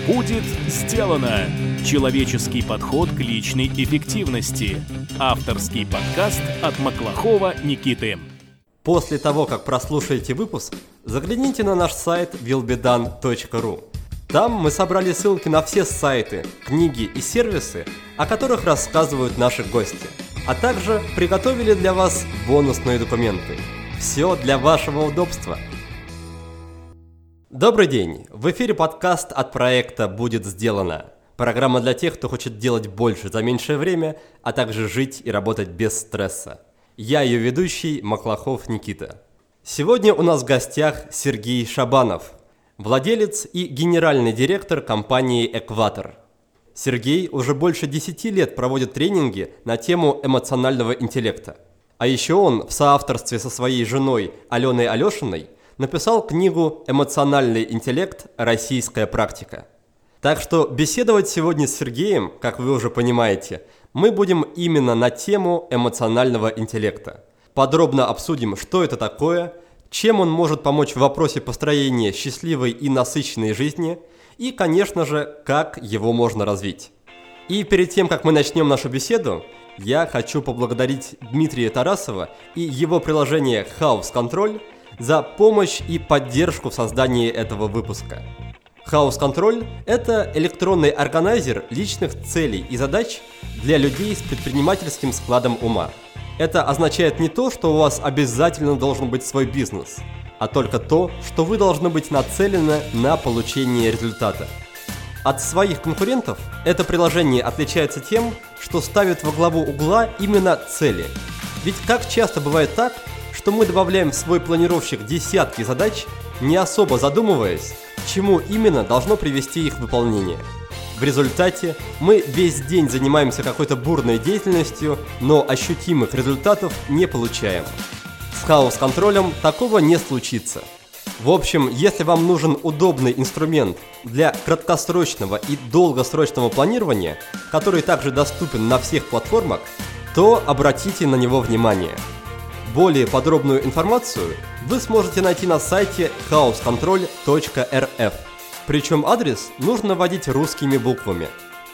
Будет сделано! Человеческий подход к личной эффективности. Авторский подкаст от Маклахова Никиты. После того, как прослушаете выпуск, загляните на наш сайт willbedone.ru. Там мы собрали ссылки на все сайты, книги и сервисы, о которых рассказывают наши гости, а также приготовили для вас бонусные документы. Все для вашего удобства. Добрый день! В эфире подкаст от проекта «Будет сделано». Программа для тех, кто хочет делать больше за меньшее время, а также жить и работать без стресса. Я ее ведущий, Маклахов Никита. Сегодня у нас в гостях Сергей Шабанов, владелец и генеральный директор компании «Экватор». Сергей уже больше 10 лет проводит тренинги на тему эмоционального интеллекта. А еще он в соавторстве со своей женой Аленой Алешиной написал книгу «Эмоциональный интеллект. Российская практика». Так что беседовать сегодня с Сергеем, как вы уже понимаете, мы будем именно на тему эмоционального интеллекта. Подробно обсудим, что это такое, чем он может помочь в вопросе построения счастливой и насыщенной жизни и, конечно же, как его можно развить. И перед тем, как мы начнем нашу беседу, я хочу поблагодарить Дмитрия Тарасова и его приложение House Control за помощь и поддержку в создании этого выпуска. House Control – это электронный органайзер личных целей и задач для людей с предпринимательским складом ума. Это означает не то, что у вас обязательно должен быть свой бизнес, а только то, что вы должны быть нацелены на получение результата. От своих конкурентов это приложение отличается тем, что ставит во главу угла именно цели. Ведь как часто бывает так, что мы добавляем в свой планировщик десятки задач, не особо задумываясь, к чему именно должно привести их выполнение. В результате мы весь день занимаемся какой-то бурной деятельностью, но ощутимых результатов не получаем. С хаус-контролем такого не случится. В общем, если вам нужен удобный инструмент для краткосрочного и долгосрочного планирования, который также доступен на всех платформах, то обратите на него внимание. Более подробную информацию вы сможете найти на сайте housecontrol.rf. Причем адрес нужно вводить русскими буквами.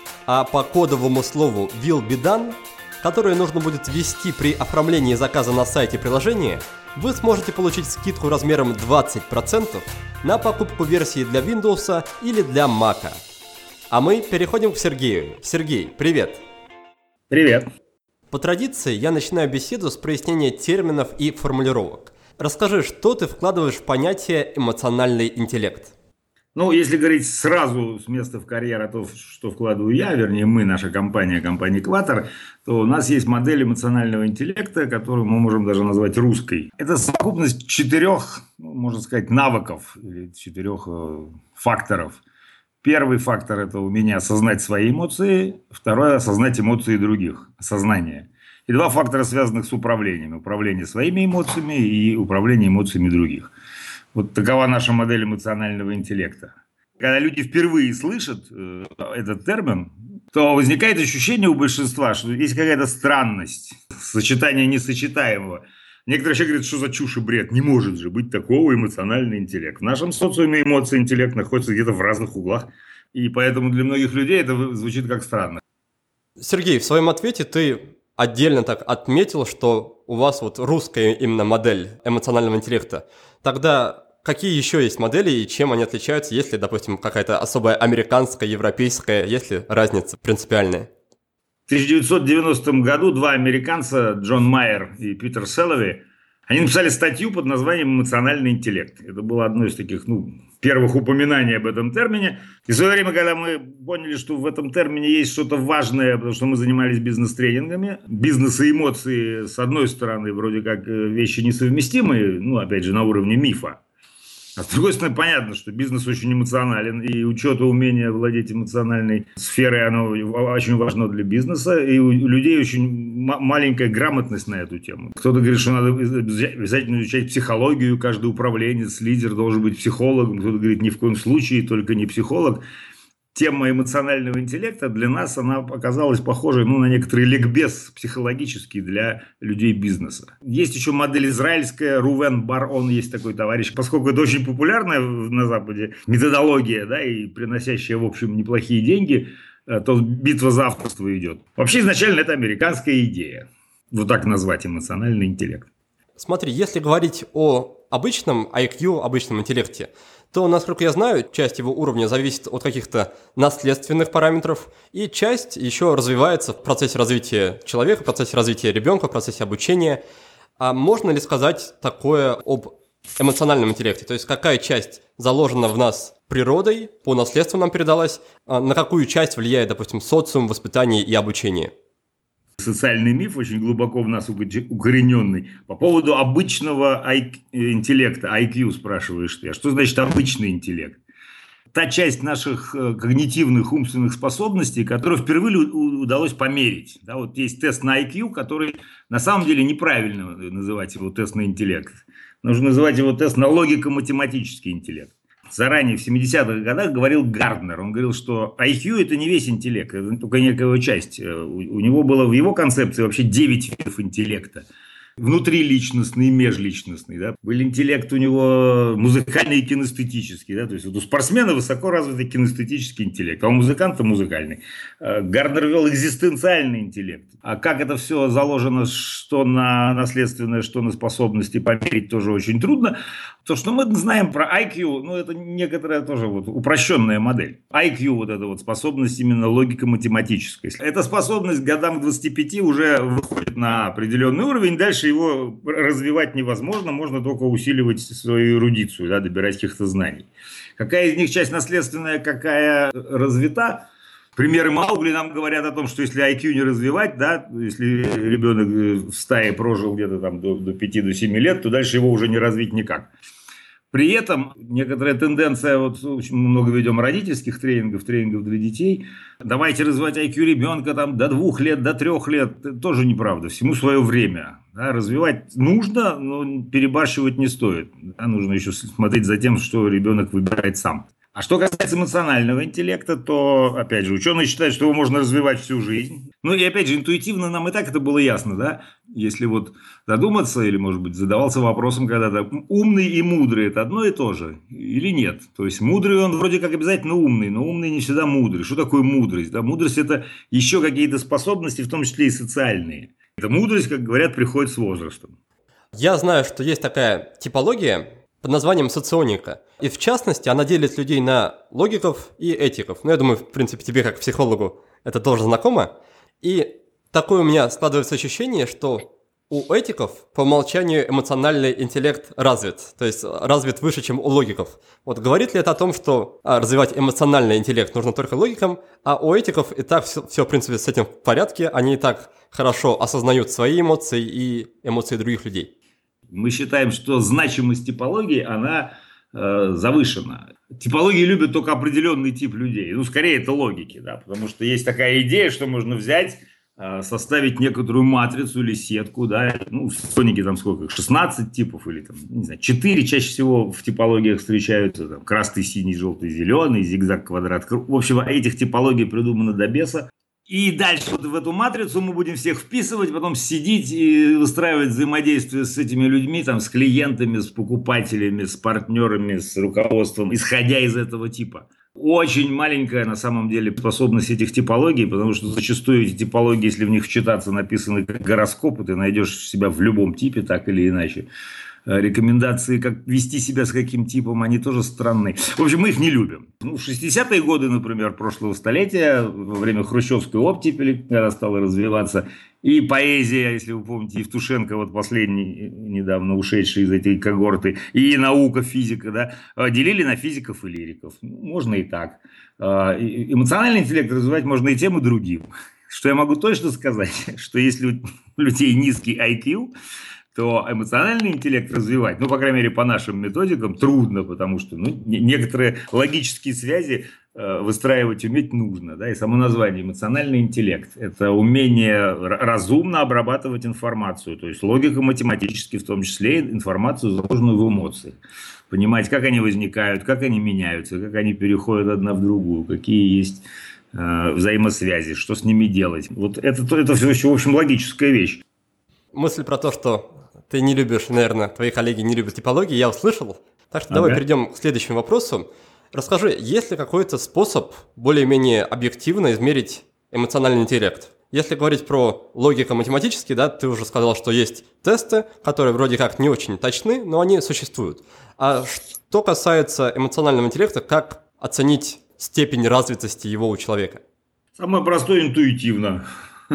А по кодовому слову willbedone, которое нужно будет ввести при оформлении заказа на сайте приложения, вы сможете получить скидку размером 20% на покупку версии для Windows или для Mac. А мы переходим к Сергею. Сергей, привет! Привет! По традиции я начинаю беседу с прояснения терминов и формулировок. Расскажи, что ты вкладываешь в понятие «эмоциональный интеллект». Ну, если говорить сразу с места в карьер, то, что вкладываю я, вернее мы, наша компания «Экватор», то у нас есть модель эмоционального интеллекта, которую мы можем даже назвать русской. Это совокупность 4, можно сказать, навыков или 4 факторов. Первый фактор – это умение осознать свои эмоции. Второе – осознать эмоции других, осознание. И 2 фактора, связанных с управлением. Управление своими эмоциями и управление эмоциями других. Вот такова наша модель эмоционального интеллекта. Когда люди впервые слышат этот термин, то возникает ощущение у большинства, что есть какая-то странность, сочетание несочетаемого. Некоторые человек говорят, что за чушь и бред, не может же быть такого эмоционального интеллекта. В нашем социуме эмоции и интеллект находятся где-то в разных углах, и поэтому для многих людей это звучит как странно. Сергей, в своем ответе ты отдельно так отметил, что у вас вот русская именно модель эмоционального интеллекта. Тогда какие еще есть модели и чем они отличаются, есть ли, допустим, какая-то особая американская, европейская, есть ли разница принципиальная? В 1990 году 2 американца, Джон Майер и Питер Селлови, они написали статью под названием «Эмоциональный интеллект». Это было одно из таких, первых упоминаний об этом термине. И в свое время, когда мы поняли, что в этом термине есть что-то важное, потому что мы занимались бизнес-тренингами, бизнес и эмоции, с одной стороны, вроде как вещи несовместимые, опять же, на уровне мифа. А с другой стороны, понятно, что бизнес очень эмоционален, и учет и умение владеть эмоциональной сферой, оно очень важно для бизнеса, и у людей очень маленькая грамотность на эту тему. Кто-то говорит, что надо обязательно изучать психологию, каждый управленец, лидер должен быть психологом, кто-то говорит, ни в коем случае, только не психолог. тема эмоционального интеллекта для нас, она оказалась похожей на некоторый ликбез психологический для людей бизнеса. Есть еще модель израильская, Рувен Бар-Он, есть такой товарищ. Поскольку это очень популярная на Западе методология, да, и приносящая, в общем, неплохие деньги, то битва за авторство идет. Вообще, изначально это американская идея. Вот так назвать эмоциональный интеллект. Смотри, если говорить о обычном IQ, обычном интеллекте, то, насколько я знаю, часть его уровня зависит от каких-то наследственных параметров, и часть еще развивается в процессе развития человека, в процессе развития ребенка, в процессе обучения. А можно ли сказать такое об эмоциональном интеллекте? То есть какая часть заложена в нас природой, по наследству нам передалась, а на какую часть влияет, допустим, социум, воспитание и обучение? Социальный миф очень глубоко в нас укорененный. По поводу обычного интеллекта, IQ спрашиваешь ты. А что значит обычный интеллект? Та часть наших когнитивных умственных способностей, которую впервые удалось померить. Да, вот есть тест на IQ, который на самом деле неправильно называть его тест на интеллект. Нужно называть его тест на логико-математический интеллект. Заранее в 70-х годах говорил Гарднер. Он говорил, что IQ – это не весь интеллект, это только некая его часть. У него было в его концепции вообще 9 видов интеллекта. Внутриличностный, межличностный. Да. Был интеллект у него музыкальный и кинестетический. Да. То есть вот у спортсмена высоко развитый кинестетический интеллект, а у музыканта музыкальный. Гарднер вел экзистенциальный интеллект. А как это все заложено, что на наследственное, что на способности, померить тоже очень трудно. То, что мы знаем про IQ, это некоторая тоже упрощенная модель. IQ, вот эта способность именно логико-математическая. Эта способность годам к 25 уже выходит на определенный уровень, дальше его развивать невозможно, можно только усиливать свою эрудицию, да, добирать каких-то знаний. Какая из них часть наследственная, какая развита? Примеры Маугли нам говорят о том, что если IQ не развивать, да, если ребенок в стае прожил где-то там до 5-7 лет, то дальше его уже не развить никак. При этом некоторая тенденция, очень много ведем родительских тренингов для детей. Давайте развивать IQ ребенка там, до 2 лет, до 3 лет. Это тоже неправда. Всему свое время. Да, развивать нужно, но перебарщивать не стоит. Да, нужно еще смотреть за тем, что ребенок выбирает сам. А что касается эмоционального интеллекта, то, опять же, ученые считают, что его можно развивать всю жизнь. И, опять же, интуитивно нам и так это было ясно, да? Если задуматься, или, может быть, задавался вопросом когда-то, умный и мудрый – это одно и то же или нет? То есть, мудрый он вроде как обязательно умный, но умный не всегда мудрый. Что такое мудрость? Да? Мудрость – это еще какие-то способности, в том числе и социальные. Эта мудрость, как говорят, приходит с возрастом. Я знаю, что есть такая типология под названием соционика. И в частности, она делит людей на логиков и этиков. Я думаю, в принципе, тебе как психологу это тоже знакомо. И такое у меня складывается ощущение, что у этиков по умолчанию эмоциональный интеллект развит. То есть развит выше, чем у логиков. Говорит ли это о том, что развивать эмоциональный интеллект нужно только логикам, а у этиков и так все в принципе, с этим в порядке, они и так хорошо осознают свои эмоции и эмоции других людей? Мы считаем, что значимость типологии, она завышена. Типологии любят только определенный тип людей. Скорее, это логики, да, потому что есть такая идея, что можно взять, составить некоторую матрицу или сетку, да, в соционике там сколько, 16 типов или там, не знаю, 4 чаще всего в типологиях встречаются, там, красный, синий, желтый, зеленый, зигзаг, квадрат, круг. В общем, этих типологий придумано до беса. И дальше в эту матрицу мы будем всех вписывать, потом сидеть и выстраивать взаимодействие с этими людьми, там, с клиентами, с покупателями, с партнерами, с руководством, исходя из этого типа. Очень маленькая на самом деле способность этих типологий, потому что зачастую эти типологии, если в них вчитаться, написаны как гороскопы, ты найдешь себя в любом типе, так или иначе. Рекомендации, как вести себя с каким типом, они тоже странные. В общем, мы их не любим. В 60-е годы, например, прошлого столетия, во время хрущевской оттепели, когда стала развиваться, и поэзия, если вы помните, Евтушенко, последний, недавно ушедший из этой когорты, и наука, физика, да, делили на физиков и лириков. Можно и так. Эмоциональный интеллект развивать можно и тем, и другим. Что я могу точно сказать, что если у людей низкий IQ, то эмоциональный интеллект развивать, по крайней мере, по нашим методикам, трудно, потому что некоторые логические связи выстраивать уметь нужно. Да? И само название эмоциональный интеллект – это умение разумно обрабатывать информацию, то есть логико-математически, в том числе информацию, заложенную в эмоциях. понимать, как они возникают, как они меняются, как они переходят одна в другую, какие есть взаимосвязи, что с ними делать. Вот это все, в общем, логическая вещь. Мысль про то, что ты не любишь, наверное, твои коллеги не любят типологии, я услышал. Так что давай перейдем к следующему вопросу. Расскажи, есть ли какой-то способ более-менее объективно измерить эмоциональный интеллект? Если говорить про логико-математический, да, ты уже сказал, что есть тесты, которые вроде как не очень точны, но они существуют. А что касается эмоционального интеллекта, как оценить степень развитости его у человека? Самое простое – интуитивно.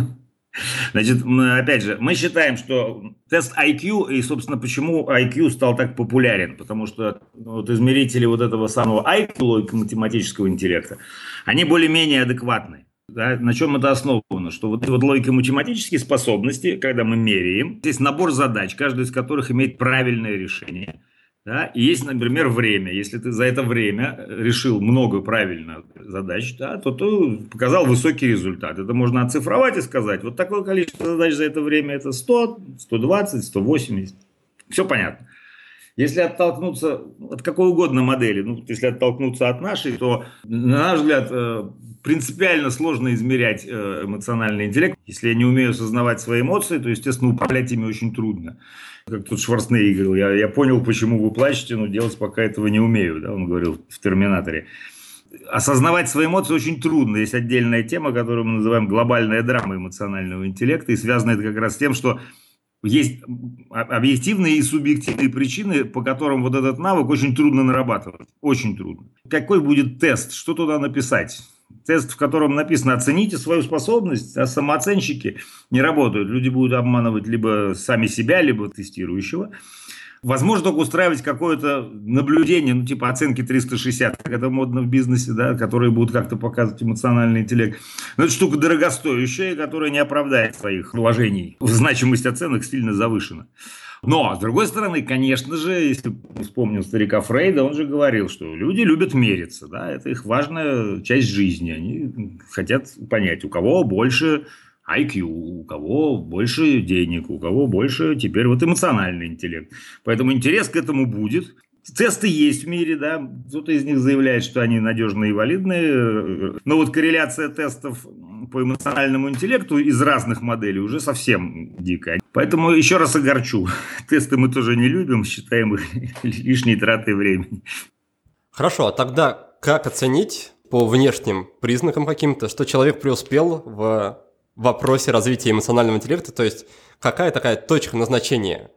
Значит, опять же, мы считаем, что тест IQ, и, собственно, почему IQ стал так популярен, потому что вот измерители вот этого самого IQ, логико-математического интеллекта, они более-менее адекватны. Да? На чем это основано? Что вот эти вот логико-математические способности, когда мы меряем, есть набор задач, каждая из которых имеет правильное решение. Да? И есть, например, время. Если ты за это время решил много правильно задач, да, то ты показал высокий результат. Это можно оцифровать и сказать, вот такое количество задач за это время это 100, 120, 180. Все понятно. Если оттолкнуться от какой угодно модели, если оттолкнуться от нашей, то, на наш взгляд, принципиально сложно измерять эмоциональный интеллект. Если я не умею осознавать свои эмоции, то, естественно, управлять ими очень трудно. Как тут Шварценеггер говорил, я понял, почему вы плачете, но делать пока этого не умею, да, он говорил в «Терминаторе». Осознавать свои эмоции очень трудно. Есть отдельная тема, которую мы называем глобальная драма эмоционального интеллекта, и связана это как раз с тем, что есть объективные и субъективные причины, по которым вот этот навык очень трудно нарабатывать. Очень трудно. Какой будет тест? Что туда написать? Тест, в котором написано «оцените свою способность», а самооценщики не работают. Люди будут обманывать либо сами себя, либо тестирующего. Возможно только устраивать какое-то наблюдение, типа оценки 360, как это модно в бизнесе, да, которые будут как-то показывать эмоциональный интеллект. Но это штука дорогостоящая, которая не оправдает своих вложений. Значимость оценок сильно завышена. Но, с другой стороны, конечно же, если вспомним старика Фрейда, он же говорил, что люди любят мериться, да, это их важная часть жизни. Они хотят понять, у кого больше IQ, у кого больше денег, у кого больше теперь вот эмоциональный интеллект. Поэтому интерес к этому будет. Тесты есть в мире, да, кто-то из них заявляет, что они надежные и валидные, но вот корреляция тестов по эмоциональному интеллекту из разных моделей уже совсем дикая. Поэтому еще раз огорчу, тесты мы тоже не любим, считаем их лишней тратой времени. Хорошо, а тогда как оценить по внешним признакам каким-то, что человек преуспел в вопросе развития эмоционального интеллекта, то есть какая такая точка назначения?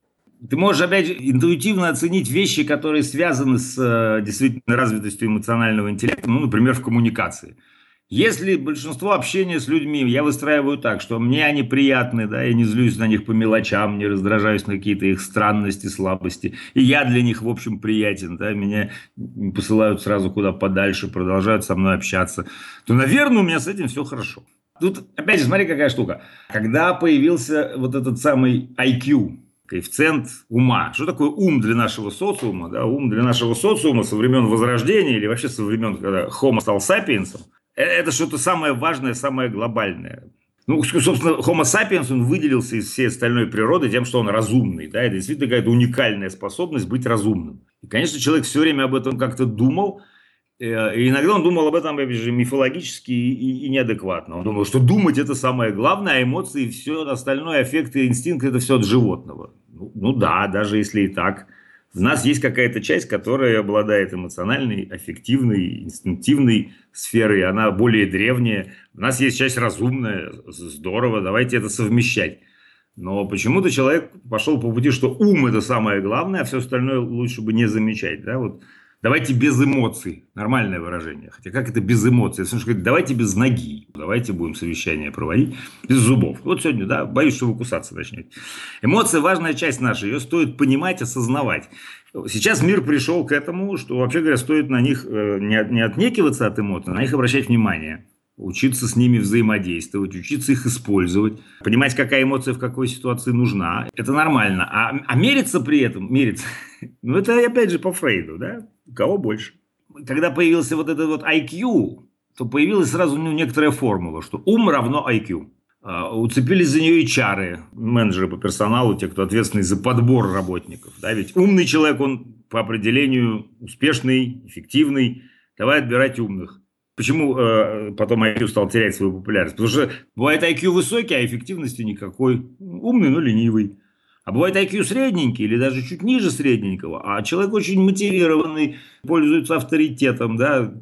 Ты можешь, опять же, интуитивно оценить вещи, которые связаны с действительно развитостью эмоционального интеллекта, например, в коммуникации. Если большинство общения с людьми я выстраиваю так, что мне они приятны, да, я не злюсь на них по мелочам, не раздражаюсь на какие-то их странности, слабости, и я для них, в общем, приятен, да, меня посылают сразу куда подальше, продолжают со мной общаться, то, наверное, у меня с этим все хорошо. Тут, опять же, смотри, какая штука. Когда появился вот этот самый IQ, коэффициент ума. Что такое ум для нашего социума? Да, ум для нашего социума со времен Возрождения или вообще со времен, когда Homo стал сапиенсом, это что-то самое важное, самое глобальное. Собственно, Homo sapiens, он выделился из всей остальной природы тем, что он разумный. Да? Это действительно какая-то уникальная способность быть разумным. И, конечно, человек все время об этом как-то думал. И иногда он думал об этом, опять же, мифологически и неадекватно. Он думал, что думать это самое главное, а эмоции, все остальное, аффекты, инстинкты, это все от животного. Да, даже если и так. В нас есть какая-то часть, которая обладает эмоциональной, аффективной, инстинктивной сферой. Она более древняя. У нас есть часть разумная. Здорово, давайте это совмещать. Но почему-то человек пошел по пути, что ум это самое главное, а все остальное лучше бы не замечать. Да? Вот. Давайте без эмоций. Нормальное выражение. Хотя как это без эмоций? Давайте без ноги. Давайте будем совещание проводить без зубов. Вот сегодня, да, боюсь, что вы кусаться начнете. Эмоции – важная часть наша. Ее стоит понимать, осознавать. Сейчас мир пришел к этому, что, вообще говоря, стоит на них не отнекиваться от эмоций, а на них обращать внимание. Учиться с ними взаимодействовать, учиться их использовать, понимать, какая эмоция в какой ситуации нужна. Это нормально. А мериться при этом, это опять же по Фрейду, да? У кого больше. Когда появился вот этот вот IQ, то появилась сразу некоторая формула, что ум равно IQ. Уцепились за нее HR, менеджеры по персоналу, те, кто ответственный за подбор работников. Да? Ведь умный человек, он по определению успешный, эффективный. Давай отбирать умных. Почему потом IQ стал терять свою популярность? Потому что бывает IQ высокий, а эффективности никакой. Умный, но ленивый. А бывает IQ средненький или даже чуть ниже средненького. А человек очень мотивированный, пользуется авторитетом, да,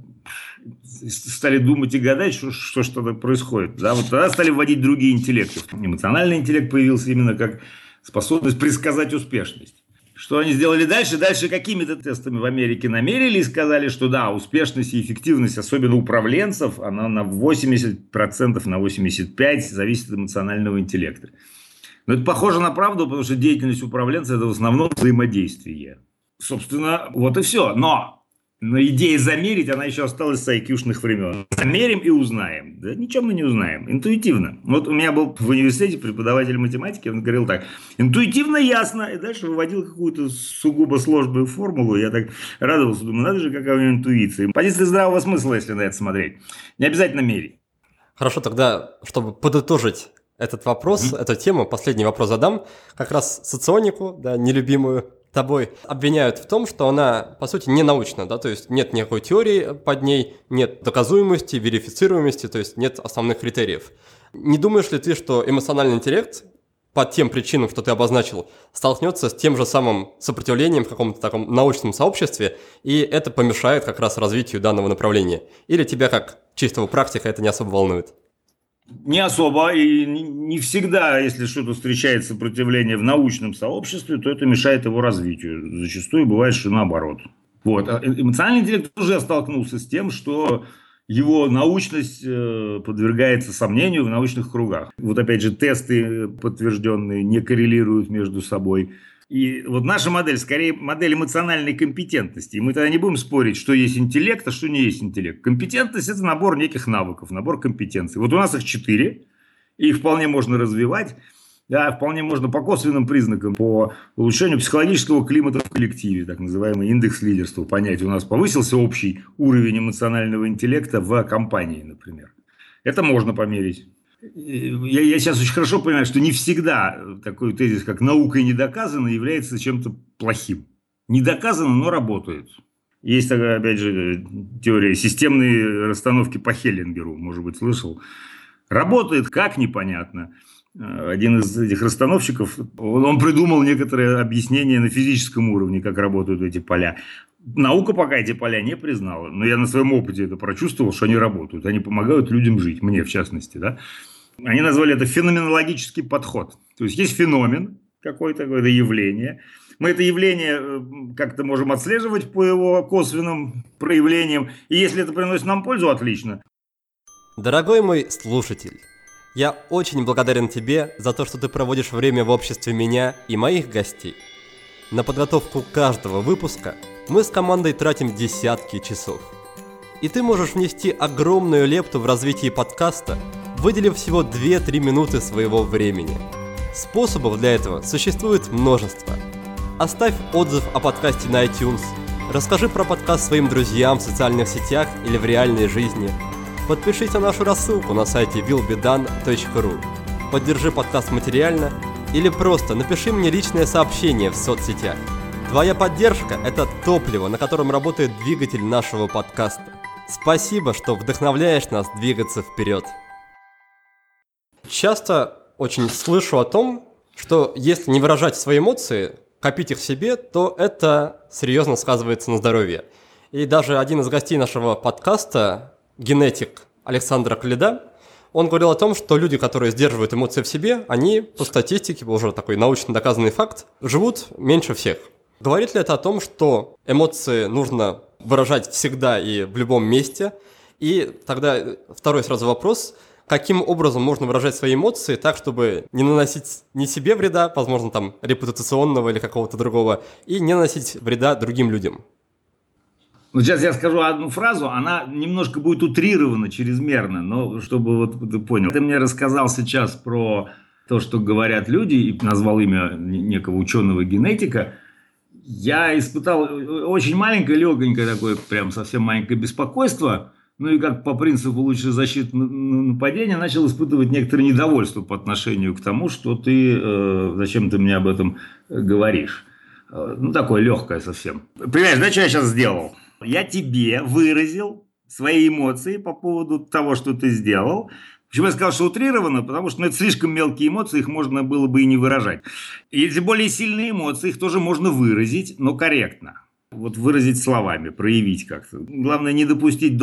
стали думать и гадать, что что-то происходит. Да? Вот тогда стали вводить другие интеллекты. Эмоциональный интеллект появился именно как способность предсказать успешность. Что они сделали дальше? Дальше какими-то тестами в Америке намерили и сказали, что да, успешность и эффективность, особенно управленцев, она на 80%, на 85% зависит от эмоционального интеллекта. Но это похоже на правду, потому что деятельность управленца – это в основном взаимодействие. Собственно, вот и все. Но идея замерить, она еще осталась с IQ-шных времен. Замерим и узнаем. Да ничем мы не узнаем. Интуитивно. Вот у меня был в университете преподаватель математики, он говорил так. Интуитивно ясно. И дальше выводил какую-то сугубо сложную формулу. Я так радовался. Думаю, надо же, какая у него интуиция. Позиция здравого смысла, если на это смотреть. Не обязательно мерить. Хорошо, тогда, чтобы подытожить этот вопрос, эту тему, последний вопрос задам. Как раз соционику, да, нелюбимую тобой, обвиняют в том, что она, по сути, не научна, да, то есть нет никакой теории под ней, нет доказуемости, верифицируемости, то есть нет основных критериев. Не думаешь ли ты, что эмоциональный интеллект по тем причинам, что ты обозначил, столкнется с тем же самым сопротивлением в каком-то таком научном сообществе, и это помешает как раз развитию данного направления? Или тебя, как чистого практика, это не особо волнует? Не особо, и не всегда, если что-то встречает сопротивление в научном сообществе, то это мешает его развитию. Зачастую бывает, что наоборот. Вот. А эмоциональный интеллект уже столкнулся с тем, что его научность подвергается сомнению в научных кругах. Вот опять же, тесты подтвержденные не коррелируют между собой. И вот наша модель, скорее, модель эмоциональной компетентности. И мы тогда не будем спорить, что есть интеллект, а что не есть интеллект. Компетентность – это набор неких навыков, набор компетенций. Вот у нас их 4, и их вполне можно развивать. Да, вполне можно по косвенным признакам, по улучшению психологического климата в коллективе, так называемый индекс лидерства, понять, у нас повысился общий уровень эмоционального интеллекта в компании, например. Это можно померить. Я сейчас очень хорошо понимаю, что не всегда такой тезис, как «наука не доказана», является чем-то плохим. Не доказано, но работает. Есть такая, опять же, теория системной расстановки по Хеллингеру, может быть, слышал. Работает как непонятно. Один из этих расстановщиков, он придумал некоторые объяснения на физическом уровне, как работают эти поля. Наука пока эти поля не признала, но я на своем опыте это прочувствовал, что они работают. Они помогают людям жить, мне в частности, да. Они назвали это феноменологический подход. То есть есть феномен, какое-то явление. Мы это явление как-то можем отслеживать по его косвенным проявлениям. И если это приносит нам пользу, отлично. Дорогой мой слушатель, я очень благодарен тебе за то, что ты проводишь время в обществе меня и моих гостей. На подготовку каждого выпуска мы с командой тратим десятки часов. И ты можешь внести огромную лепту в развитие подкаста, выделив всего 2-3 минуты своего времени. Способов для этого существует множество. Оставь отзыв о подкасте на iTunes, расскажи про подкаст своим друзьям в социальных сетях или в реальной жизни, подпишись на нашу рассылку на сайте willbedone.ru, поддержи подкаст материально или просто напиши мне личное сообщение в соцсетях. Твоя поддержка – это топливо, на котором работает двигатель нашего подкаста. Спасибо, что вдохновляешь нас двигаться вперед. Часто очень слышу о том, что если не выражать свои эмоции, копить их в себе, то это серьезно сказывается на здоровье. И даже один из гостей нашего подкаста, генетик Александр Коляда, он говорил о том, что люди, которые сдерживают эмоции в себе, они по статистике, уже такой научно доказанный факт, живут меньше всех. Говорит ли это о том, что эмоции нужно выражать всегда и в любом месте? И тогда второй сразу вопрос: каким образом можно выражать свои эмоции так, чтобы не наносить ни себе вреда, возможно, там, репутационного или какого-то другого, и не наносить вреда другим людям? Вот сейчас я скажу одну фразу, она немножко будет утрирована чрезмерно, но чтобы вот ты понял. Ты мне рассказал сейчас про то, что говорят люди, и назвал имя некого ученого-генетика. Я испытал очень маленькое, легонькое такое, прям совсем маленькое беспокойство, ну и как по принципу лучшей защиты нападения, начал испытывать некоторое недовольство по отношению к тому, что ты, зачем ты мне об этом говоришь. Ну, такое легкое совсем. Понимаешь, да, что я сейчас сделал? Я тебе выразил свои эмоции по поводу того, что ты сделал. Почему я сказал, что утрированно? Потому что это слишком мелкие эмоции, их можно было бы и не выражать. Если более сильные эмоции, их тоже можно выразить, но корректно. Вот выразить словами, проявить как-то. Главное не допустить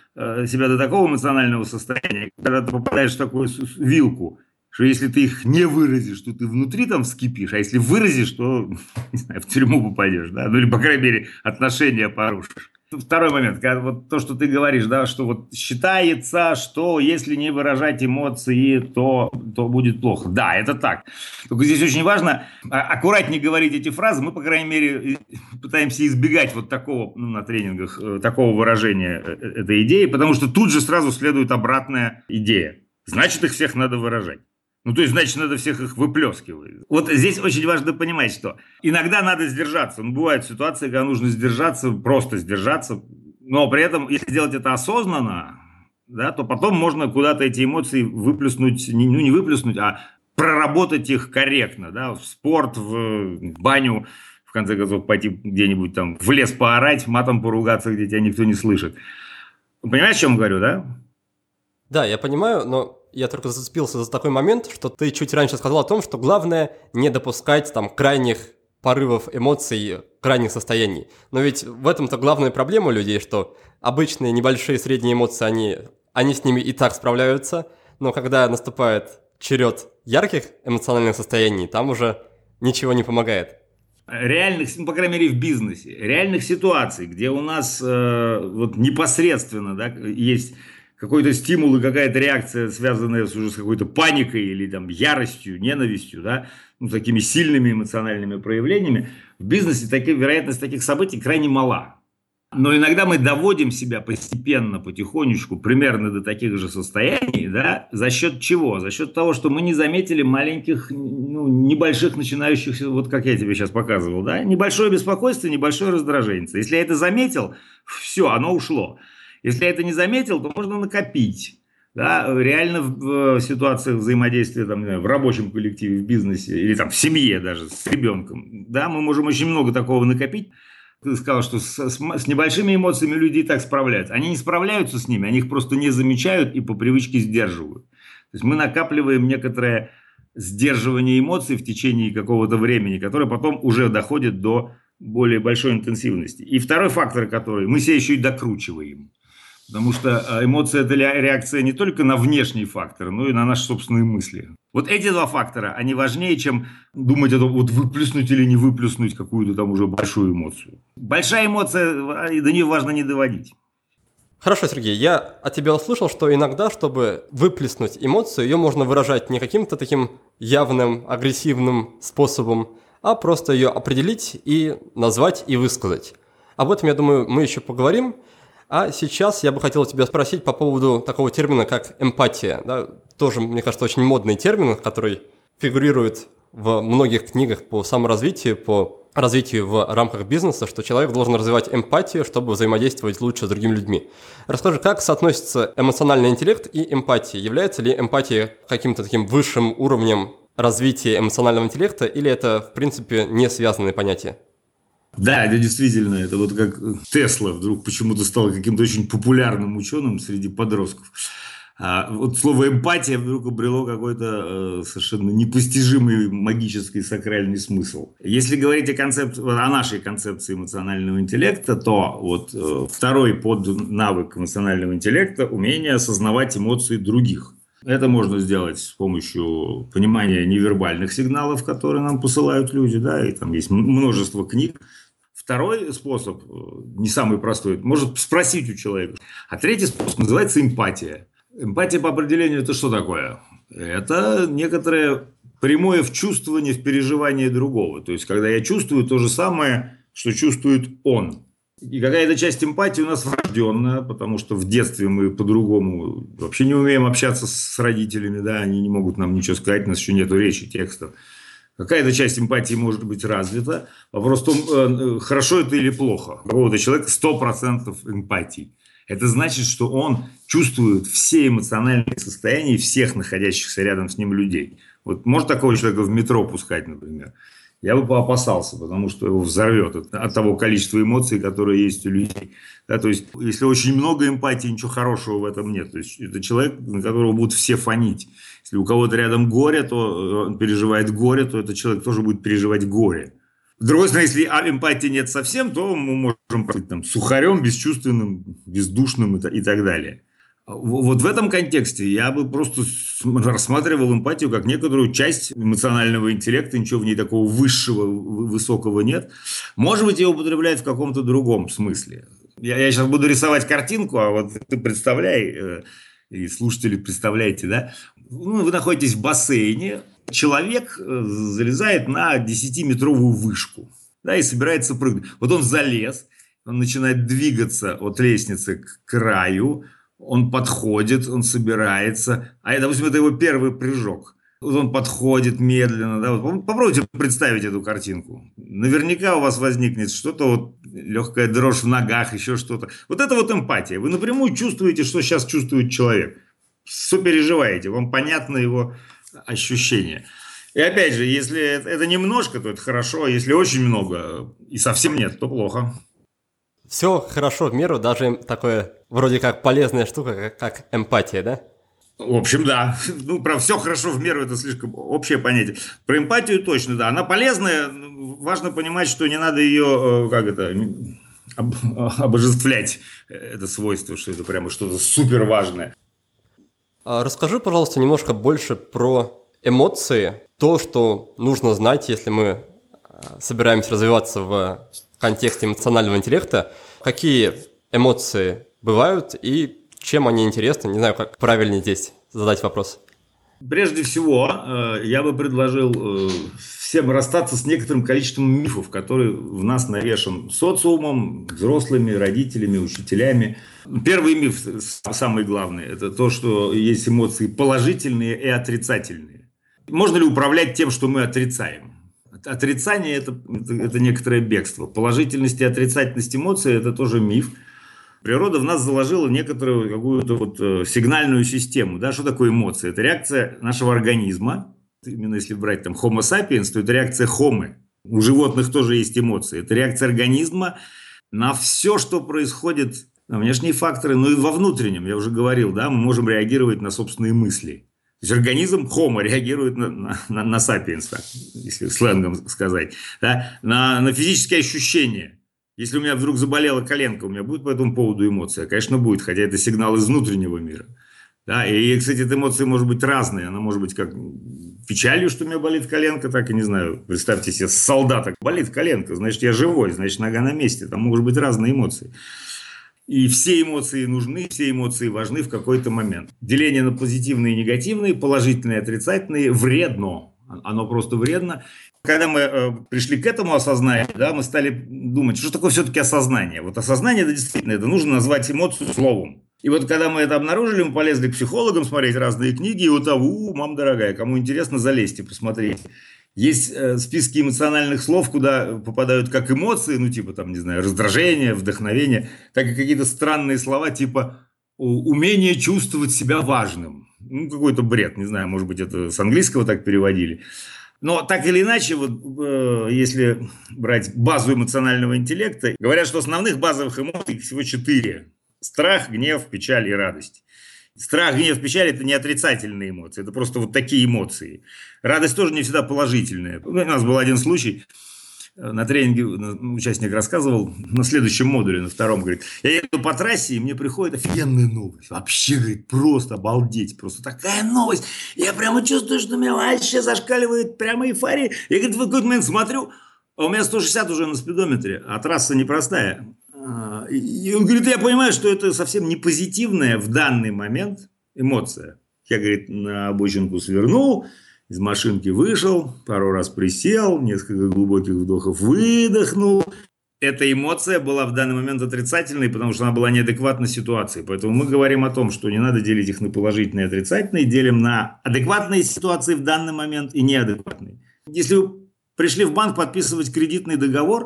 себя до такого эмоционального состояния, когда ты попадаешь в такую вилку, что если ты их не выразишь, то ты внутри там вскипишь, а если выразишь, то не знаю, в тюрьму попадешь, да? Ну или, по крайней мере, отношения порушишь. Второй момент, когда вот то, что ты говоришь, да, что вот считается, что если не выражать эмоции, то будет плохо. Да, это так. Только здесь очень важно аккуратнее говорить эти фразы. Мы, по крайней мере, пытаемся избегать вот такого, на тренингах, такого выражения этой идеи, потому что тут же сразу следует обратная идея. Значит, их всех надо выражать. Ну, то есть, значит, надо всех их выплескивать. Вот здесь очень важно понимать, что иногда надо сдержаться. Ну, бывают ситуации, когда нужно сдержаться, просто сдержаться. Но при этом, если делать это осознанно, да, то потом можно куда-то эти эмоции выплеснуть, не выплеснуть, а проработать их корректно. Да, в спорт, в баню, в конце концов, пойти где-нибудь там в лес поорать, матом поругаться, где тебя никто не слышит. Понимаешь, о чем говорю, да? Да, я понимаю, но я только зацепился за такой момент, что ты чуть раньше сказал о том, что главное не допускать там крайних порывов эмоций, крайних состояний. Но ведь в этом-то главная проблема у людей, что обычные небольшие средние эмоции, они с ними и так справляются, но когда наступает черед ярких эмоциональных состояний, там уже ничего не помогает. Реальных, по крайней мере в бизнесе, реальных ситуаций, где у нас вот непосредственно, да, есть какой-то стимул и какая-то реакция, связанная уже с какой-то паникой или там яростью, ненавистью, да, ну, такими сильными эмоциональными проявлениями, в бизнесе вероятность таких событий крайне мала. Но иногда мы доводим себя постепенно, потихонечку, примерно до таких же состояний, да, за счет чего? За счет того, что мы не заметили маленьких, небольших начинающихся, вот как я тебе сейчас показывал, да, небольшое беспокойство, небольшое раздражение. Если я это заметил, все, оно ушло. Если я это не заметил, то можно накопить. Да, реально в ситуациях взаимодействия там, в рабочем коллективе, в бизнесе или там, в семье даже с ребенком, да, мы можем очень много такого накопить. Ты сказал, что с небольшими эмоциями люди и так справляются. Они не справляются с ними, они их просто не замечают и по привычке сдерживают. То есть мы накапливаем некоторое сдерживание эмоций в течение какого-то времени, которое потом уже доходит до более большой интенсивности. И второй фактор, который мы себя еще и докручиваем. Потому что эмоция – это реакция не только на внешний фактор, но и на наши собственные мысли. Вот эти два фактора, они важнее, чем думать о том, вот выплеснуть или не выплеснуть какую-то там уже большую эмоцию. Большая эмоция, до нее важно не доводить. Хорошо, Сергей, я от тебя услышал, что иногда, чтобы выплеснуть эмоцию, ее можно выражать не каким-то таким явным, агрессивным способом, а просто ее определить и назвать и высказать. Об этом, я думаю, мы еще поговорим. А сейчас я бы хотел тебя спросить по поводу такого термина, как эмпатия. Да? Тоже, мне кажется, очень модный термин, который фигурирует в многих книгах по саморазвитию, по развитию в рамках бизнеса, что человек должен развивать эмпатию, чтобы взаимодействовать лучше с другими людьми. Расскажи, как соотносится эмоциональный интеллект и эмпатия? Является ли эмпатия каким-то таким высшим уровнем развития эмоционального интеллекта, или это, в принципе, не связанные понятия? Да, это действительно, это вот как Тесла вдруг почему-то стал каким-то очень популярным ученым среди подростков. Вот слово эмпатия вдруг обрело какой-то совершенно непостижимый магический сакральный смысл. Если говорить о нашей концепции эмоционального интеллекта, то вот второй поднавык эмоционального интеллекта – умение осознавать эмоции других. Это можно сделать с помощью понимания невербальных сигналов, которые нам посылают люди, да, и там есть множество книг. Второй способ, не самый простой, может спросить у человека. А третий способ называется эмпатия. Эмпатия по определению это что такое? Это некоторое прямое вчувствование в переживание другого. То есть, когда я чувствую то же самое, что чувствует он. И какая-то часть эмпатии у нас врожденная, потому что в детстве мы по-другому вообще не умеем общаться с родителями, да, они не могут нам ничего сказать, у нас еще нету речи, текстов. Какая-то часть эмпатии может быть развита. Вопрос в том, хорошо это или плохо. У какого-то человека 100% эмпатии. Это значит, что он чувствует все эмоциональные состояния всех находящихся рядом с ним людей. Вот может такого человека в метро пускать, например. Я бы поопасался, потому что его взорвет от того количества эмоций, которые есть у людей. Да, то есть, если очень много эмпатии, ничего хорошего в этом нет. То есть, это человек, на которого будут все фонить. Если у кого-то рядом горе, то он переживает горе, то этот человек тоже будет переживать горе. С другой стороны, если эмпатии нет совсем, то мы можем быть там сухарем, бесчувственным, бездушным и так далее. Вот в этом контексте я бы просто рассматривал эмпатию как некоторую часть эмоционального интеллекта, ничего в ней такого высшего, высокого нет. Может быть, ее употребляют в каком-то другом смысле. Я сейчас буду рисовать картинку, а вот ты представляй, и слушатели представляете, да? Вы находитесь в бассейне, человек залезает на 10-метровую вышку, да, и собирается прыгнуть. Вот он залез, он начинает двигаться от лестницы к краю, он подходит, он собирается, допустим, это его первый прыжок. Вот он подходит медленно. Да? Вот попробуйте представить эту картинку. Наверняка у вас возникнет что-то, вот, легкая дрожь в ногах, еще что-то. Вот это вот эмпатия. Вы напрямую чувствуете, что сейчас чувствует человек. Сопереживаете, вам понятно его ощущения. И опять же, если это немножко, то это хорошо, а если очень много и совсем нет, то плохо. Все хорошо в меру, даже такое вроде как полезная штука, как эмпатия, да? В общем, да. Про все хорошо в меру — это слишком общее понятие. Про эмпатию точно, да. Она полезная. Важно понимать, что не надо ее, обожествлять. Это свойство, что это прямо что-то супер важное. Расскажи, пожалуйста, немножко больше про эмоции. То, что нужно знать, если мы собираемся развиваться в контексте эмоционального интеллекта. Какие эмоции бывают и чем они интересны? Не знаю, как правильнее здесь задать вопрос. Прежде всего, я бы предложил всем расстаться с некоторым количеством мифов, которые в нас навешан социумом, взрослыми, родителями, учителями. Первый миф, самый главный, это то, что есть эмоции положительные и отрицательные. Можно ли управлять тем, что мы отрицаем? Отрицание – это некоторое бегство. Положительность и отрицательность эмоций – это тоже миф. Природа в нас заложила некоторую какую-то сигнальную систему. Да? Что такое эмоции? Это реакция нашего организма. Именно если брать там Homo sapiens, то это реакция Homo. У животных тоже есть эмоции. Это реакция организма на все, что происходит, на внешние факторы, но и во внутреннем. Я уже говорил, да, мы можем реагировать на собственные мысли. То есть организм Homo реагирует на сапиенс, если сленгом сказать, да? на физические ощущения. Если у меня вдруг заболела коленка, у меня будет по этому поводу эмоция? Конечно, будет, хотя это сигнал из внутреннего мира. Да? И, кстати, эта эмоция может быть разная. Она может быть как печалью, что у меня болит коленка, так и, не знаю, представьте себе, солдата болит коленка, значит, я живой, значит, нога на месте. Там могут быть разные эмоции. И все эмоции нужны, все эмоции важны в какой-то момент. Деление на позитивные и негативные, положительные и отрицательные вредно. Оно просто вредно. Когда мы пришли к этому осознанию, да, мы стали думать, что такое все-таки осознание. Вот осознание, это действительно, это нужно назвать эмоцию словом. И вот когда мы это обнаружили, мы полезли к психологам смотреть разные книги, и вот мама дорогая, кому интересно, залезьте, посмотрите. Есть списки эмоциональных слов, куда попадают как эмоции, типа, там, не знаю, раздражение, вдохновение, так и какие-то странные слова, типа умение чувствовать себя важным. Какой-то бред, не знаю, может быть, это с английского так переводили. Но так или иначе, если брать базу эмоционального интеллекта, говорят, что основных базовых эмоций всего 4. Страх, гнев, печаль и радость. Страх, гнев, печаль – это не отрицательные эмоции, это просто вот такие эмоции. Радость тоже не всегда положительная. У нас был один случай, на тренинге участник рассказывал, на следующем модуле, на втором, говорит, я еду по трассе, и мне приходит офигенная новость. Вообще, говорит, просто обалдеть, просто такая новость. Я прямо чувствую, что меня вообще зашкаливает прямо эйфория. Я, говорит, в какой-то момент смотрю, а у меня 160 уже на спидометре, а трасса непростая. И он говорит, я понимаю, что это совсем не позитивная в данный момент эмоция. Я, говорит, на обочинку свернул, из машинки вышел, пару раз присел, несколько глубоких вдохов выдохнул. Эта эмоция была в данный момент отрицательной, потому что она была неадекватна ситуации. Поэтому мы говорим о том, что не надо делить их на положительные и отрицательные, делим на адекватные ситуации в данный момент и неадекватные. Если вы пришли в банк подписывать кредитный договор,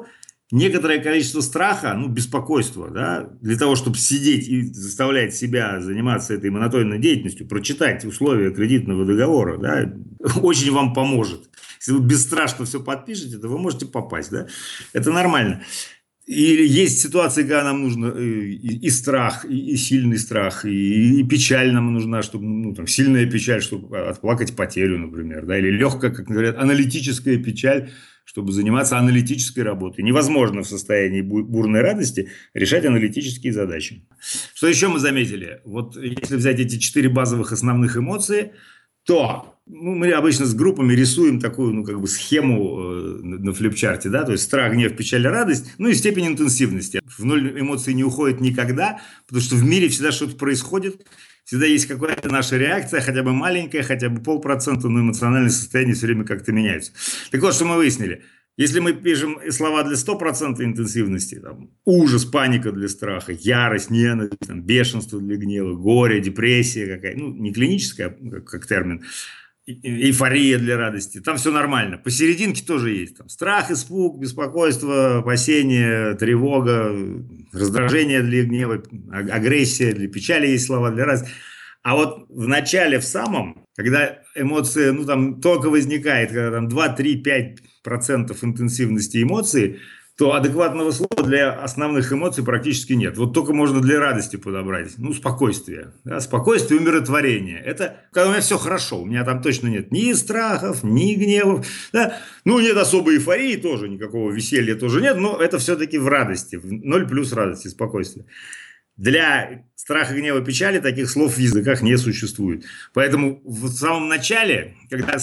некоторое количество страха, беспокойства, да, для того, чтобы сидеть и заставлять себя заниматься этой монотонной деятельностью, прочитать условия кредитного договора, да, очень вам поможет. Если вы бесстрашно все подпишете, то вы можете попасть, да, это нормально. И есть ситуации, когда нам нужно и страх, и сильный страх, и печаль нам нужна, чтобы, там, сильная печаль, чтобы отплакать потерю, например, да, или легкая, как говорят, аналитическая печаль, чтобы заниматься аналитической работой. Невозможно в состоянии бурной радости решать аналитические задачи. Что еще мы заметили? Вот если взять эти 4 базовых основных эмоции, то мы обычно с группами рисуем такую, схему на флипчарте, да, то есть страх, гнев, печаль, радость, и степень интенсивности. В ноль эмоции не уходит никогда, потому что в мире всегда что-то происходит, всегда есть какая-то наша реакция, хотя бы маленькая, хотя бы 0,5%, но эмоциональное состояние все время как-то меняется. Так вот, что мы выяснили. Если мы пишем слова для 100% интенсивности, там, ужас, паника для страха, ярость, ненависть, там, бешенство для гнева, горе, депрессия какая-то, не клиническая, как термин, эйфория для радости, там все нормально. Посерединке тоже есть там страх, испуг, беспокойство, опасение, тревога, раздражение для гнева, агрессия для печали, есть слова для радости. А вот в начале, в самом, когда эмоция, только возникает, когда там 2, 3, 5% интенсивности эмоций, то адекватного слова для основных эмоций практически нет. Вот только можно для радости подобрать. Спокойствие. Да? Спокойствие, умиротворение. Это когда у меня все хорошо. У меня там точно нет ни страхов, ни гневов. Да? Нет особой эйфории тоже, никакого веселья тоже нет, но это все-таки в радости. 0 плюс радости, спокойствие. Для страха, гнева, печали таких слов в языках не существует. Поэтому в самом начале, когда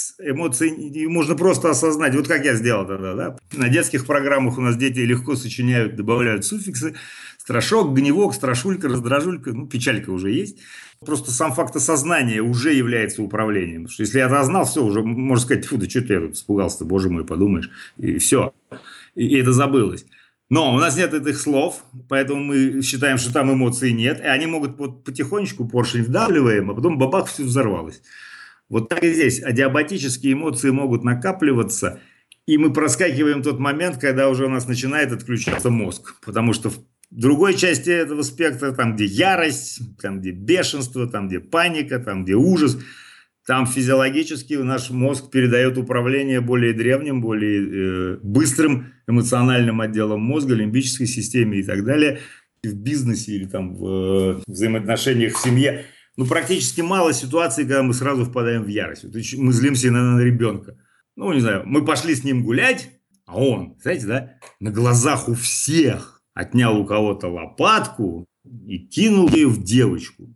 эмоции можно просто осознать, вот как я сделал тогда, да? На детских программах у нас дети легко сочиняют, добавляют суффиксы. Страшок, гневок, страшулька, раздражулька, печалька уже есть. Просто сам факт осознания уже является управлением. Потому что если я осознал, все, уже можно сказать, фу, да что ты, я тут испугался-то, боже мой, подумаешь. И все. И это забылось. Но у нас нет этих слов, поэтому мы считаем, что там эмоций нет. И они могут потихонечку, поршень вдавливаем, а потом бабах, все взорвалось. Вот так и здесь. Адиабатические эмоции могут накапливаться, и мы проскакиваем тот момент, когда уже у нас начинает отключаться мозг. Потому что в другой части этого спектра, там, где ярость, там, где бешенство, там, где паника, там, где ужас, там физиологически наш мозг передает управление более древним, более быстрым эмоциональным отделом мозга, лимбической системе и так далее. В бизнесе или там в взаимоотношениях в семье. Практически мало ситуаций, когда мы сразу впадаем в ярость. Вот мы злимся на ребенка. Не знаю, мы пошли с ним гулять, а он, знаете, да, на глазах у всех отнял у кого-то лопатку и кинул ее в девочку.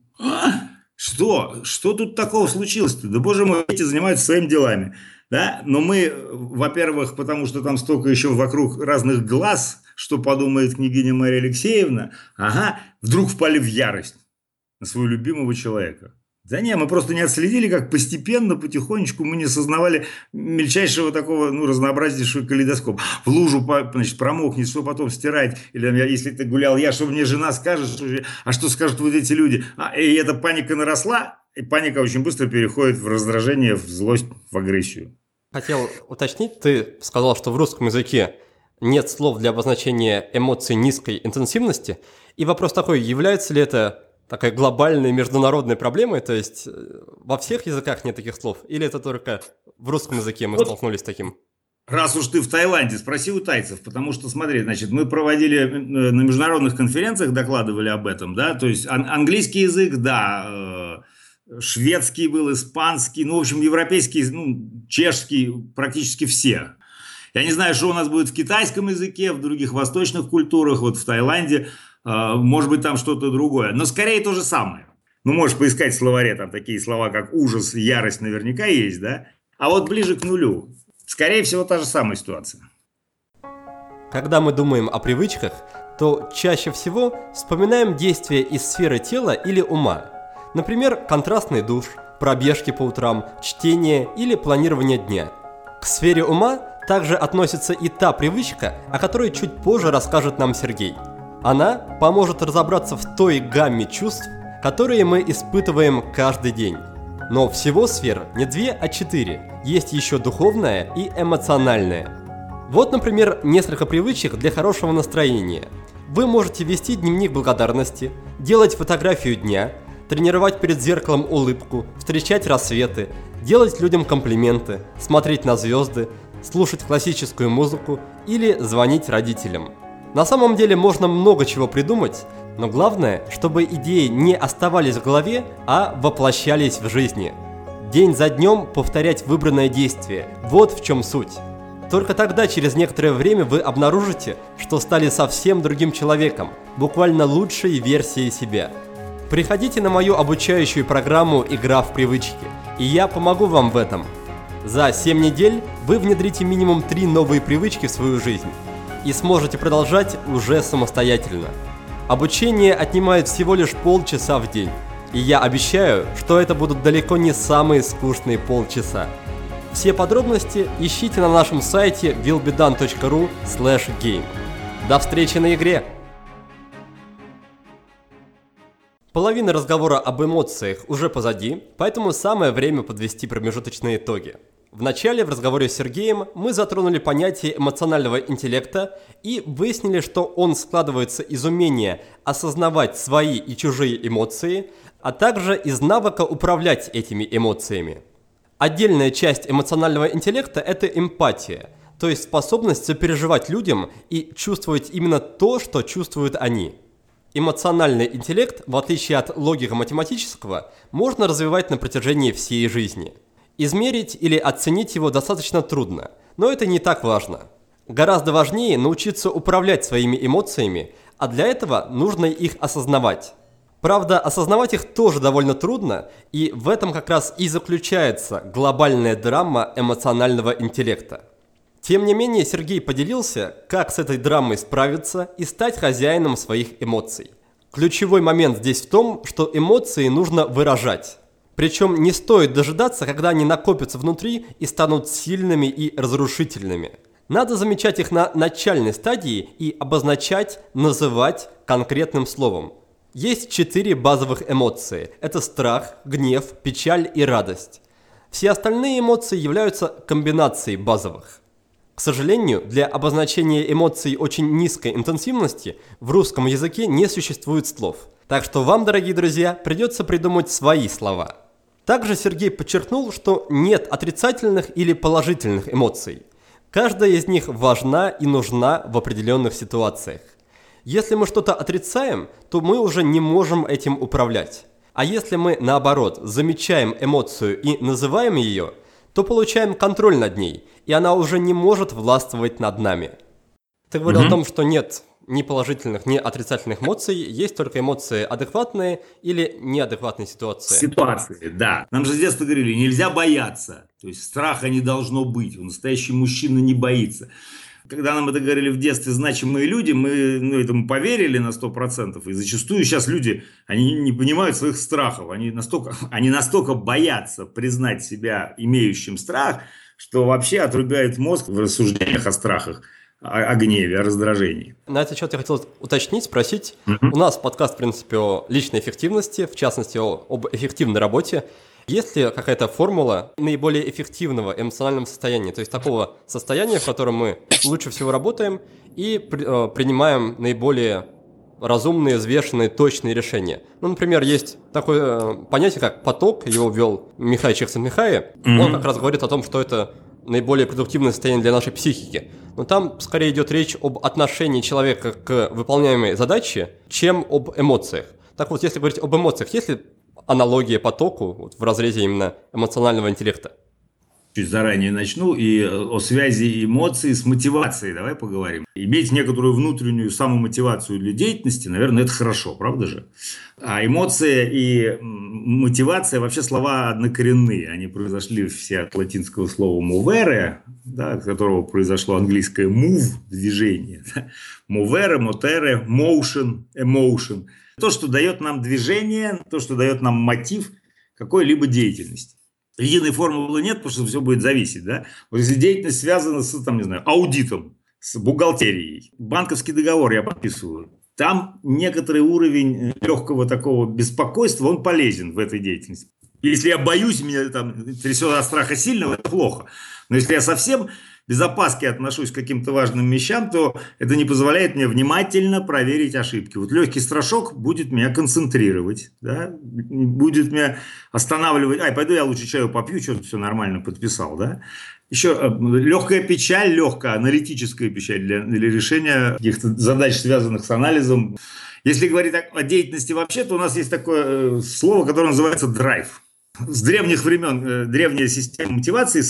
Что тут такого случилось-то? Да, боже мой, дети занимаются своими делами. Да? Но мы, во-первых, потому что там столько еще вокруг разных глаз, что подумает княгиня Мария Алексеевна, вдруг впали в ярость на своего любимого человека. Да не, мы просто не отследили, как постепенно, потихонечку мы не осознавали мельчайшего такого, разнообразнейшего калейдоскопа. В лужу, промокнет, что потом стирать. Или если ты гулял что мне жена скажет, а что скажут вот эти люди. И эта паника наросла, и паника очень быстро переходит в раздражение, в злость, в агрессию. Хотел уточнить, ты сказал, что в русском языке нет слов для обозначения эмоций низкой интенсивности. И вопрос такой, является ли это такая глобальная международная проблема, то есть во всех языках нет таких слов, или это только в русском языке мы столкнулись с таким? Раз уж ты в Таиланде, спроси у тайцев, потому что, смотри, мы проводили на международных конференциях, докладывали об этом, да, то есть английский язык, да, шведский был, испанский, в общем, европейский, чешский, практически все. Я не знаю, что у нас будет в китайском языке, в других восточных культурах, вот в Таиланде, может быть, там что-то другое. Но скорее то же самое. Можешь поискать в словаре, там такие слова, как ужас, ярость наверняка есть, да? А вот ближе к нулю, скорее всего, та же самая ситуация. Когда мы думаем о привычках, то чаще всего вспоминаем действия из сферы тела или ума. Например, контрастный душ, пробежки по утрам, чтение или планирование дня. К сфере ума также относится и та привычка, о которой чуть позже расскажет нам Сергей. Она поможет разобраться в той гамме чувств, которые мы испытываем каждый день. Но всего сфер не 2, а 4. Есть еще духовная и эмоциональная. Вот, например, несколько привычек для хорошего настроения. Вы можете вести дневник благодарности, делать фотографию дня, тренировать перед зеркалом улыбку, встречать рассветы, делать людям комплименты, смотреть на звезды, слушать классическую музыку или звонить родителям. На самом деле можно много чего придумать, но главное, чтобы идеи не оставались в голове, а воплощались в жизни. День за днем повторять выбранное действие – вот в чем суть. Только тогда, через некоторое время, вы обнаружите, что стали совсем другим человеком, буквально лучшей версией себя. Приходите на мою обучающую программу «Игра в привычки», и я помогу вам в этом. За 7 недель вы внедрите минимум 3 новые привычки в свою жизнь и сможете продолжать уже самостоятельно. Обучение отнимает всего лишь полчаса в день, и я обещаю, что это будут далеко не самые скучные полчаса. Все подробности ищите на нашем сайте willbedone.ru/game. До встречи на игре! Половина разговора об эмоциях уже позади, поэтому самое время подвести промежуточные итоги. В начале в разговоре с Сергеем мы затронули понятие эмоционального интеллекта и выяснили, что он складывается из умения осознавать свои и чужие эмоции, а также из навыка управлять этими эмоциями. Отдельная часть эмоционального интеллекта – это эмпатия, то есть способность сопереживать людям и чувствовать именно то, что чувствуют они. Эмоциональный интеллект, в отличие от логико-математического, можно развивать на протяжении всей жизни. Измерить или оценить его достаточно трудно, но это не так важно. Гораздо важнее научиться управлять своими эмоциями, а для этого нужно их осознавать. Правда, осознавать их тоже довольно трудно, и в этом как раз и заключается глобальная драма эмоционального интеллекта. Тем не менее, Сергей поделился, как с этой драмой справиться и стать хозяином своих эмоций. Ключевой момент здесь в том, что эмоции нужно выражать. Причем не стоит дожидаться, когда они накопятся внутри и станут сильными и разрушительными. Надо замечать их на начальной стадии и обозначать, называть конкретным словом. Есть 4 базовых эмоции – это страх, гнев, печаль и радость. Все остальные эмоции являются комбинацией базовых. К сожалению, для обозначения эмоций очень низкой интенсивности в русском языке не существует слов. Так что вам, дорогие друзья, придется придумать свои слова. Также Сергей подчеркнул, что нет отрицательных или положительных эмоций. Каждая из них важна и нужна в определенных ситуациях. Если мы что-то отрицаем, то мы уже не можем этим управлять. А если мы, наоборот, замечаем эмоцию и называем ее, то получаем контроль над ней, и она уже не может властвовать над нами. Ты говорил о том, что нет ни положительных, ни отрицательных эмоций, есть только эмоции адекватные или неадекватные ситуации. Ситуации, да. Нам же с детства говорили, нельзя бояться. То есть страха не должно быть. Настоящий мужчина не боится. Когда нам это говорили в детстве значимые люди, мы этому поверили на 100%. И зачастую сейчас люди, они не понимают своих страхов. Они настолько боятся признать себя имеющим страх, что вообще отрубяют мозг в рассуждениях о страхах, о гневе, о раздражении. На этот счет я хотел уточнить, спросить. У нас подкаст, в принципе, о личной эффективности, в частности, об эффективной работе. Есть ли какая-то формула наиболее эффективного эмоционального состояния? То есть такого состояния, в котором мы лучше всего работаем и принимаем наиболее разумные, взвешенные, точные решения. Ну, например, есть такое понятие, как поток, его ввел Михай Чиксент-Михай. Он как раз говорит о том, что это наиболее продуктивное состояние для нашей психики. Но там скорее идет речь об отношении человека к выполняемой задаче, чем об эмоциях. Так вот, если говорить об эмоциях, есть ли аналогия потоку в разрезе именно эмоционального интеллекта? Чуть заранее начну и о связи эмоций с мотивацией давай поговорим. Иметь некоторую внутреннюю самомотивацию для деятельности, наверное, это хорошо, правда же? А эмоция и мотивация вообще слова однокоренные. Они произошли все от латинского слова movere, да, от которого произошло английское move, движение. Да? Movere, motere, motion, emotion. То, что дает нам движение, то, что дает нам мотив какой-либо деятельности. Единой формулы нет, потому что все будет зависеть. Да? Вот если деятельность связана с аудитом, с бухгалтерией, банковский договор я подписываю, там некоторый уровень легкого такого беспокойства, он полезен в этой деятельности. Если я боюсь, меня там трясет от страха сильного, это плохо. Но если я совсем без опаски отношусь к каким-то важным вещам, то это не позволяет мне внимательно проверить ошибки. Вот легкий страшок будет меня концентрировать, да? Будет меня останавливать. Пойду я лучше чаю попью, что-то все нормально подписал, да? Еще легкая печаль, легкая аналитическая печаль для решения каких-то задач, связанных с анализом. Если говорить о деятельности вообще, то у нас есть такое слово, которое называется драйв. С древних времен древняя система мотивации,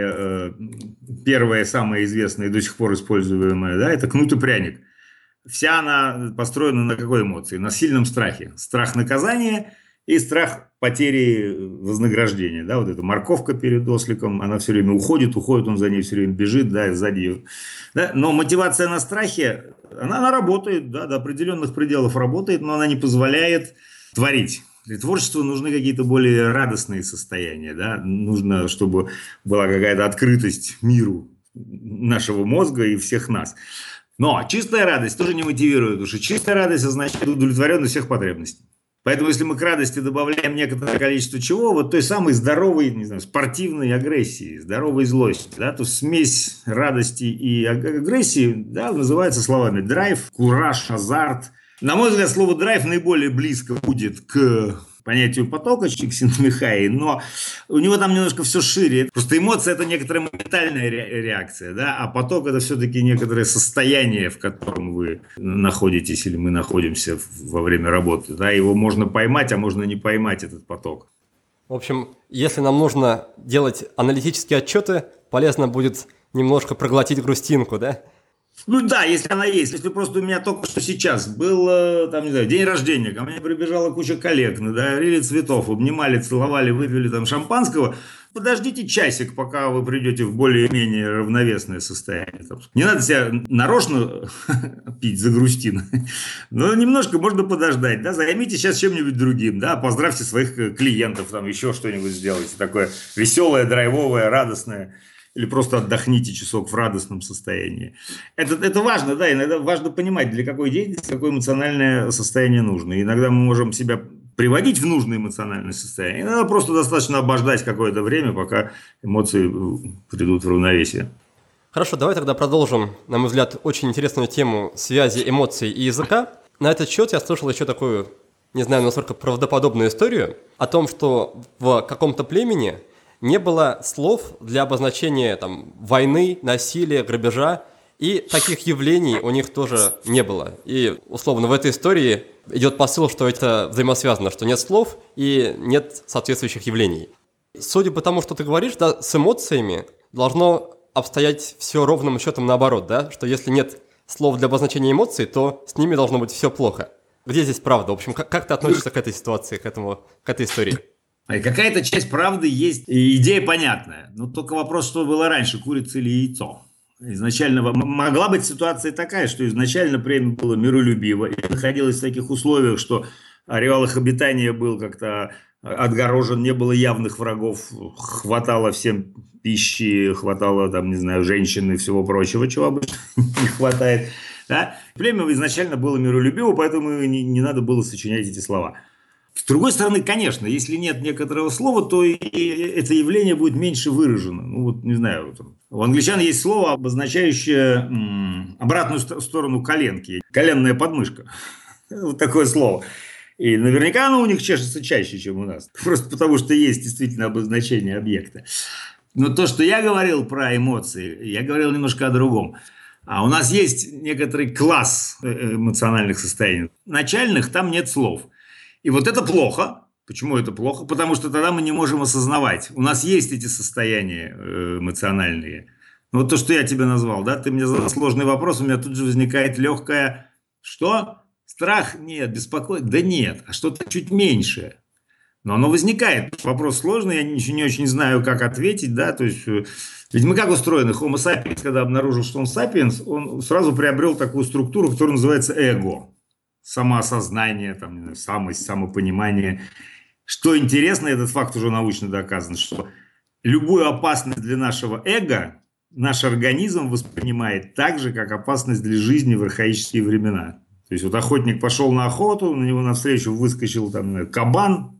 первая, самая известная и до сих пор используемая, да, это кнут и пряник. Вся она построена на какой эмоции? На сильном страхе. Страх наказания и страх потери вознаграждения. Да, вот эта морковка перед осликом, она все время уходит, он за ней все время бежит, да, и сзади ее. Да, но мотивация на страхе, она работает, да, до определенных пределов работает, но она не позволяет творить. Для творчества нужны какие-то более радостные состояния, да? Нужно, чтобы была какая-то открытость миру нашего мозга и всех нас. Но чистая радость тоже не мотивирует, потому что чистая радость означает удовлетворенность всех потребностей. Поэтому, если мы к радости добавляем некоторое количество чего, вот той самой здоровой, не знаю, спортивной агрессии, здоровой злости, да, то смесь радости и агрессии, да, называется словами драйв, кураж, азарт. На мой взгляд, слово «драйв» наиболее близко будет к понятию потока Чиксентмихай, но у него там немножко все шире. Просто эмоция – это некоторая моментальная реакция, да, а поток – это все-таки некоторое состояние, в котором вы находитесь или мы находимся во время работы. Да, его можно поймать, а можно не поймать, этот поток. В общем, если нам нужно делать аналитические отчеты, полезно будет немножко проглотить грустинку, да? Ну да, если она есть. Если просто у меня только что сейчас был, там, не знаю, день рождения, ко мне прибежала куча коллег, дарили цветов, обнимали, целовали, выпили там шампанского. Подождите часик, пока вы придете в более-менее равновесное состояние. Не надо себя нарочно пить за грустину, но немножко можно подождать. Да? Займитесь сейчас чем-нибудь другим, да? Поздравьте своих клиентов, там еще что-нибудь сделайте такое веселое, драйвовое, радостное. Или просто отдохните часок в радостном состоянии. Это важно, да, иногда важно понимать, для какой деятельности какое эмоциональное состояние нужно. И иногда мы можем себя приводить в нужное эмоциональное состояние. Иногда просто достаточно обождать какое-то время, пока эмоции придут в равновесие. Хорошо, давай тогда продолжим, на мой взгляд, очень интересную тему связи эмоций и языка. На этот счет я слышал еще такую, не знаю, насколько правдоподобную историю о том, что в каком-то племени не было слов для обозначения там, войны, насилия, грабежа, и таких явлений у них тоже не было. И, условно, в этой истории идет посыл, что это взаимосвязано, что нет слов и нет соответствующих явлений. Судя по тому, что ты говоришь, да, с эмоциями должно обстоять все ровным счетом наоборот, да? Что если нет слов для обозначения эмоций, то с ними должно быть все плохо. Где здесь правда? В общем, как ты относишься к этой ситуации, к этой истории? Какая-то часть правды есть, и идея понятная. Но только вопрос, что было раньше, курица или яйцо. Изначально могла быть ситуация такая, что изначально племя было миролюбиво и находилось в таких условиях, что ареал их обитания был как-то отгорожен, не было явных врагов, хватало всем пищи, хватало, там, не знаю, женщин и всего прочего, чего обычно не хватает. Да? Племя изначально было миролюбиво, поэтому не надо было сочинять эти слова. С другой стороны, конечно, если нет некоторого слова, то и это явление будет меньше выражено. Ну, вот, не знаю, у англичан есть слово, обозначающее обратную сторону коленки. Коленная подмышка. Вот такое слово. И наверняка оно у них чешется чаще, чем у нас. Просто потому, что есть действительно обозначение объекта. Но то, что я говорил про эмоции, я говорил немножко о другом. А у нас есть некоторый класс эмоциональных состояний. Начальных там нет слов. И вот это плохо. Почему это плохо? Потому что тогда мы не можем осознавать. У нас есть эти состояния эмоциональные. Ну, вот то, что я тебе назвал, да? Ты мне задал сложный вопрос, у меня тут же возникает легкое... Что? Страх? Нет. Беспокойство? Да нет. А что-то чуть меньшее. Но оно возникает. Вопрос сложный, я не очень знаю, как ответить, да? То есть... Ведь мы как устроены? Homo sapiens, когда обнаружил, что он sapiens, он сразу приобрел такую структуру, которая называется эго. Самоосознание, там, самопонимание. Что интересно, этот факт уже научно доказан, что любую опасность для нашего эго наш организм воспринимает так же, как опасность для жизни в архаические времена. То есть вот охотник пошел на охоту, на него навстречу выскочил там, кабан,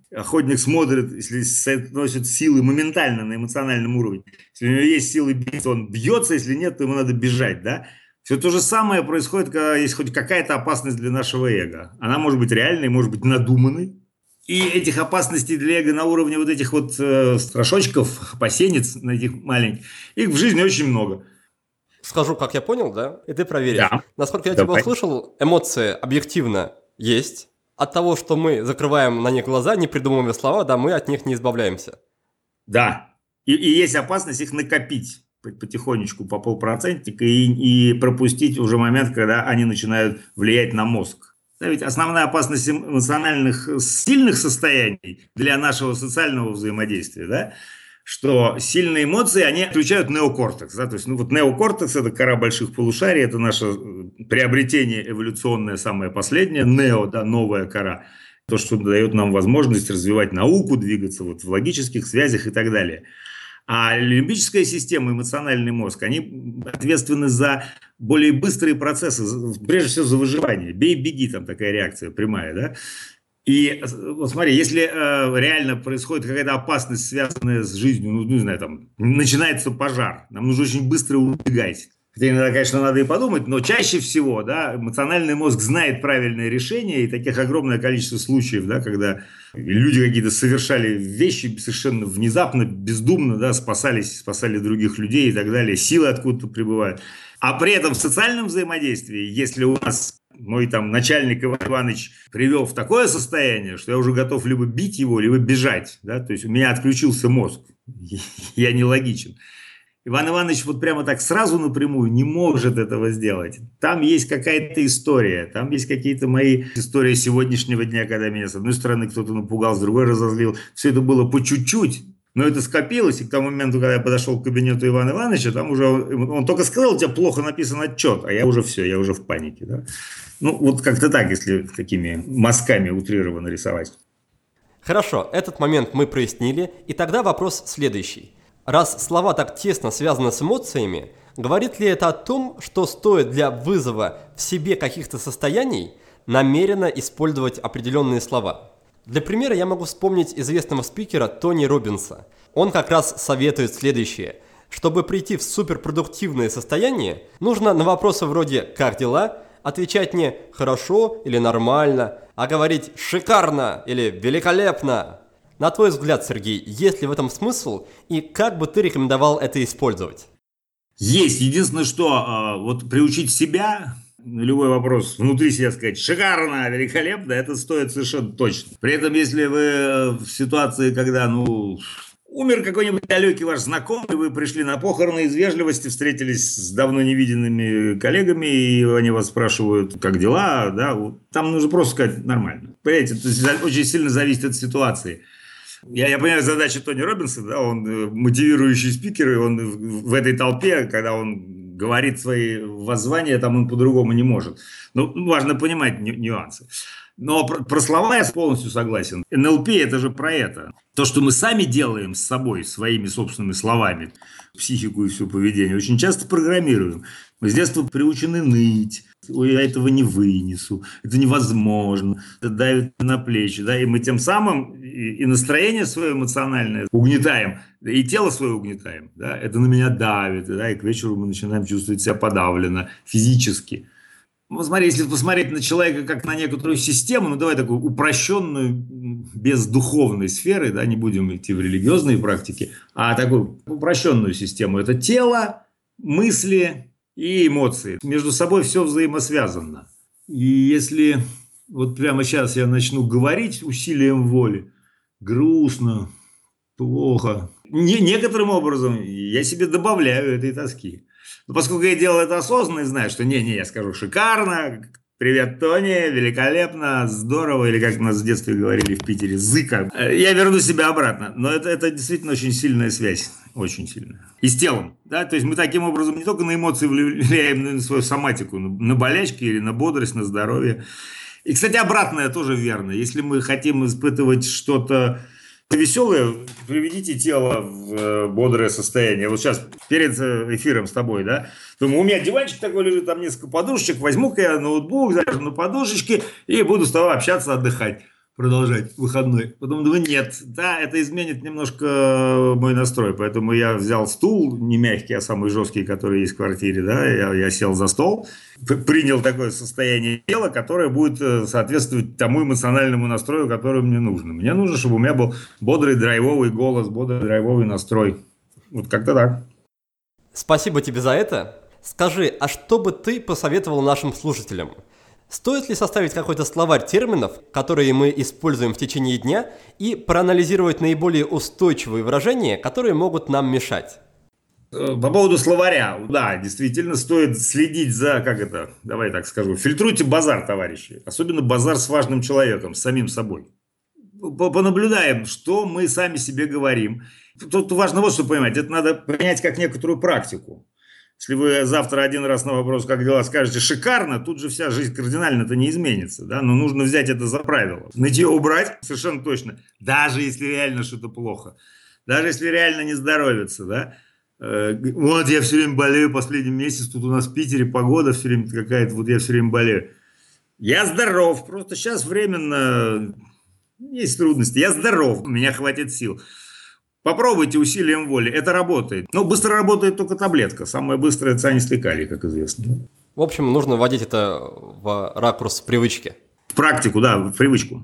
Охотник смотрит, если соотносит силы моментально на эмоциональном уровне. Если у него есть силы биться, он бьется, если нет, то ему надо бежать, да? Все то же самое происходит, когда есть хоть какая-то опасность для нашего эго. Она может быть реальной, может быть надуманной. И этих опасностей для эго на уровне вот этих вот страшочков, опасенец на этих маленьких, их в жизни очень много. Скажу, как я понял, да? И ты проверишь. Да. Насколько я тебя Давай. услышал, эмоции объективно есть. От того, что мы закрываем на них глаза, не придумывая слова, да, мы от них не избавляемся. Да. И есть опасность их накопить потихонечку по полпроцентика и пропустить уже момент, когда они начинают влиять на мозг. Да, ведь основная опасность эмоциональных сильных состояний для нашего социального взаимодействия, да, что сильные эмоции, они включают неокортекс. Да, то есть, вот неокортекс – это кора больших полушарий, это наше приобретение эволюционное самое последнее, нео, да, новая кора, то, что дает нам возможность развивать науку, двигаться вот в логических связях и так далее. А лимбическая система, эмоциональный мозг, они ответственны за более быстрые процессы, прежде всего за выживание. Бей-беги, там такая реакция прямая, да? И вот смотри, если реально происходит какая-то опасность, связанная с жизнью, ну, не знаю, там, начинается пожар, нам нужно очень быстро убегать. Хотя иногда, конечно, надо и подумать, но чаще всего, да, эмоциональный мозг знает правильное решение, и таких огромное количество случаев, да, когда люди какие-то совершали вещи совершенно внезапно, бездумно, да, спасали других людей и так далее, силы откуда-то прибывают. А при этом в социальном взаимодействии, если у нас мой там начальник Иван Иванович привел в такое состояние, что я уже готов либо бить его, либо бежать, да, то есть у меня отключился мозг, я нелогичен. Иван Иванович вот прямо так сразу напрямую не может этого сделать. Там есть какая-то история, там есть какие-то мои истории сегодняшнего дня, когда меня с одной стороны кто-то напугал, с другой разозлил. Все это было по чуть-чуть, но это скопилось, и к тому моменту, когда я подошел к кабинету Ивана Ивановича, там уже он только сказал, у тебя плохо написан отчет, а я уже все, я уже в панике. Да? Ну, вот как-то так, если такими мазками утрированно рисовать. Хорошо, этот момент мы прояснили, и тогда вопрос следующий. Раз слова так тесно связаны с эмоциями, говорит ли это о том, что стоит для вызова в себе каких-то состояний намеренно использовать определенные слова? Для примера я могу вспомнить известного спикера Тони Роббинса. Он как раз советует следующее. Чтобы прийти в суперпродуктивное состояние, нужно на вопросы вроде «как дела?» отвечать не «хорошо» или «нормально», а говорить «шикарно» или «великолепно». На твой взгляд, Сергей, есть ли в этом смысл и как бы ты рекомендовал это использовать? Есть. Единственное, что вот приучить себя на любой вопрос внутри себя сказать «шикарно», «великолепно», это стоит совершенно точно. При этом, если вы в ситуации, когда, умер какой-нибудь далекий ваш знакомый, вы пришли на похороны из вежливости, встретились с давно невиденными коллегами, и они вас спрашивают, как дела, да, там нужно просто сказать «нормально». Понимаете, это очень сильно зависит от ситуации. Я понимаю задачу Тони Роббинса, да, он мотивирующий спикер, и он в этой толпе, когда он говорит свои воззвания, там он по-другому не может. Но важно понимать нюансы. Но про слова я полностью согласен. НЛП – это же про это. То, что мы сами делаем с собой, своими собственными словами, психику и все поведение, очень часто программируем. Мы с детства приучены ныть. Ой, я этого не вынесу, это невозможно, это давит на плечи, да, и мы тем самым и настроение свое эмоциональное угнетаем, и тело свое угнетаем, да, это на меня давит, да, и к вечеру мы начинаем чувствовать себя подавленно, физически. Ну, смотри, если посмотреть на человека как на некоторую систему, давай такую упрощенную, без духовной сферы, да, не будем идти в религиозные практики, а такую упрощенную систему, это тело, мысли и эмоции. Между собой все взаимосвязано. И если вот прямо сейчас я начну говорить усилием воли, грустно, плохо, некоторым образом я себе добавляю этой тоски. Но поскольку я делал это осознанно и знаю, что я скажу шикарно, привет, Тони, великолепно, здорово, или как нас в детстве говорили в Питере, зыка, я верну себя обратно. Но это действительно очень сильная связь. Очень сильно. И с телом. Да? То есть мы таким образом не только на эмоции влияем, но и на свою соматику, на болячки или на бодрость, на здоровье. И, кстати, обратное тоже верно. Если мы хотим испытывать что-то веселое, приведите тело в бодрое состояние. Вот сейчас перед эфиром с тобой, да, думаю, у меня диванчик такой лежит, там несколько подушечек, возьму-ка я ноутбук, заряжу на подушечки и буду с тобой общаться, отдыхать. продолжать выходной. Потом думаю, нет, да, это изменит немножко мой настрой. Поэтому я взял стул, не мягкий, а самый жесткий, который есть в квартире, да, я сел за стол, принял такое состояние тела, которое будет соответствовать тому эмоциональному настрою, который мне нужно. Мне нужно, чтобы у меня был бодрый драйвовый голос, бодрый драйвовый настрой. Вот как-то так. Спасибо тебе за это. Скажи, а что бы ты посоветовал нашим слушателям? Стоит ли составить какой-то словарь терминов, которые мы используем в течение дня, и проанализировать наиболее устойчивые выражения, которые могут нам мешать? По поводу словаря, да, действительно стоит следить за, давай так скажу, фильтруйте базар, товарищи, особенно базар с важным человеком, с самим собой. Понаблюдаем, что мы сами себе говорим. Тут важно вот что понимать, это надо принять как некоторую практику. Если вы завтра один раз на вопрос «как дела?» скажете «шикарно», тут же вся жизнь кардинально-то не изменится, да, но нужно взять это за правило. Нытье убрать совершенно точно, даже если реально что-то плохо, даже если реально не здоровится, да. Вот я все время болею последний месяц, тут у нас в Питере погода все время какая-то, вот я все время болею. Я здоров, просто сейчас временно есть трудности, я здоров, у меня хватит сил. Попробуйте усилием воли, это работает. Но быстро работает только таблетка. Самая быстрая — это цианистый калий, как известно. В общем, нужно вводить это в ракурс привычки. В практику, да, в привычку.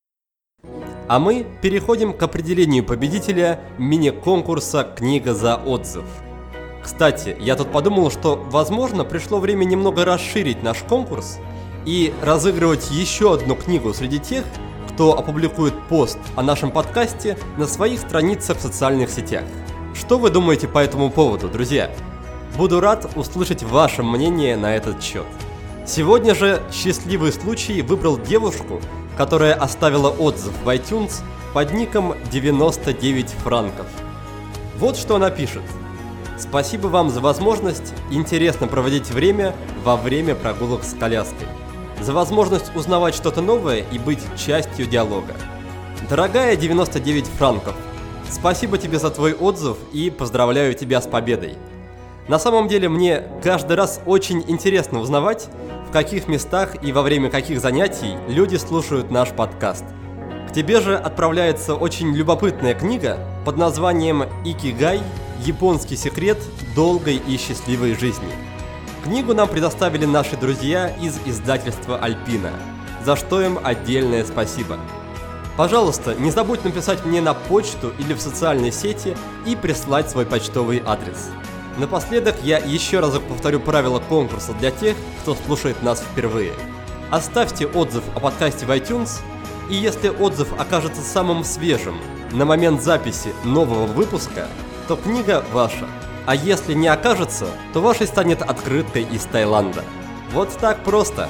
А мы переходим к определению победителя мини-конкурса «Книга за отзыв». Кстати, я тут подумал, что, возможно, пришло время немного расширить наш конкурс и разыгрывать еще одну книгу среди тех, кто опубликует пост о нашем подкасте на своих страницах в социальных сетях. Что вы думаете по этому поводу, друзья? Буду рад услышать ваше мнение на этот счет. Сегодня же счастливый случай выбрал девушку, которая оставила отзыв в iTunes под ником 99 франков. Вот что она пишет. Спасибо вам за возможность интересно проводить время во время прогулок с коляской. За возможность узнавать что-то новое и быть частью диалога. Дорогая 99 франков, спасибо тебе за твой отзыв и поздравляю тебя с победой. На самом деле мне каждый раз очень интересно узнавать, в каких местах и во время каких занятий люди слушают наш подкаст. К тебе же отправляется очень любопытная книга под названием «Икигай. Японский секрет долгой и счастливой жизни». Книгу нам предоставили наши друзья из издательства «Альпина», за что им отдельное спасибо. Пожалуйста, не забудь написать мне на почту или в социальной сети и прислать свой почтовый адрес. Напоследок я еще разок повторю правила конкурса для тех, кто слушает нас впервые. Оставьте отзыв о подкасте в iTunes, и если отзыв окажется самым свежим на момент записи нового выпуска, то книга ваша. А если не окажется, то вашей станет открыткой из Таиланда. Вот так просто.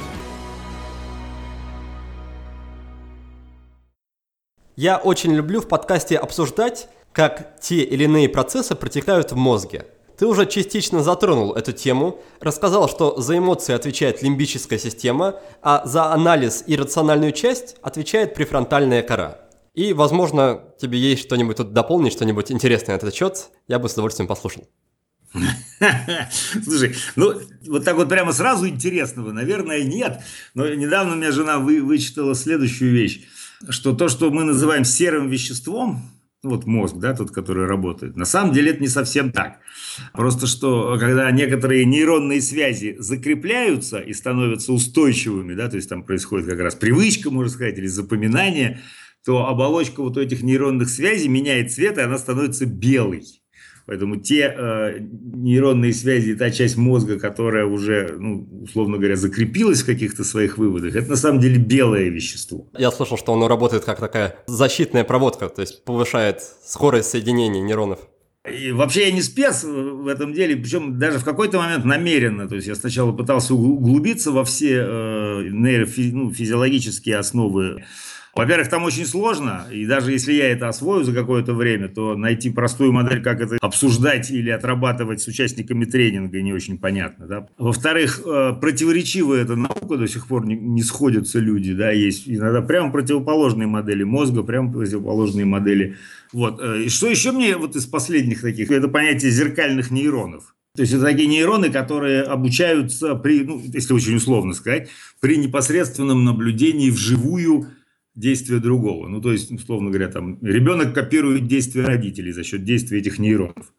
Я очень люблю в подкасте обсуждать, как те или иные процессы протекают в мозге. Ты уже частично затронул эту тему, рассказал, что за эмоции отвечает лимбическая система, а за анализ и рациональную часть отвечает префронтальная кора. И, возможно, тебе есть что-нибудь тут дополнить, что-нибудь интересное на этот счет, я бы с удовольствием послушал. Слушай, вот так вот прямо сразу интересного, наверное, нет. Но недавно у меня жена вычитала следующую вещь, что то, что мы называем серым веществом, вот мозг, да, тот, который работает, на самом деле это не совсем так. Просто что, когда некоторые нейронные связи закрепляются и становятся устойчивыми, да, то есть там происходит как раз привычка, можно сказать, или запоминание, то оболочка вот этих нейронных связей меняет цвет, и она становится белой. Поэтому те нейронные связи, та часть мозга, которая уже, условно говоря, закрепилась в каких-то своих выводах, это на самом деле белое вещество. Я слышал, что оно работает как такая защитная проводка, то есть повышает скорость соединения нейронов. И вообще я не спец в этом деле, причем даже в какой-то момент намеренно. То есть я сначала пытался углубиться во все нейрофизиологические основы. Во-первых, там очень сложно, и даже если я это освою за какое-то время, то найти простую модель, как это обсуждать или отрабатывать с участниками тренинга, не очень понятно. Да? Во-вторых, противоречивая эта наука, до сих пор не сходятся люди, да, есть иногда прямо противоположные модели мозга, прямо противоположные модели. Вот. И что еще мне вот из последних таких, это понятие зеркальных нейронов. То есть это такие нейроны, которые обучаются при, если очень условно сказать, при непосредственном наблюдении вживую действия другого. Ну, то есть, условно говоря, там, ребенок копирует действия родителей за счет действия этих нейронов.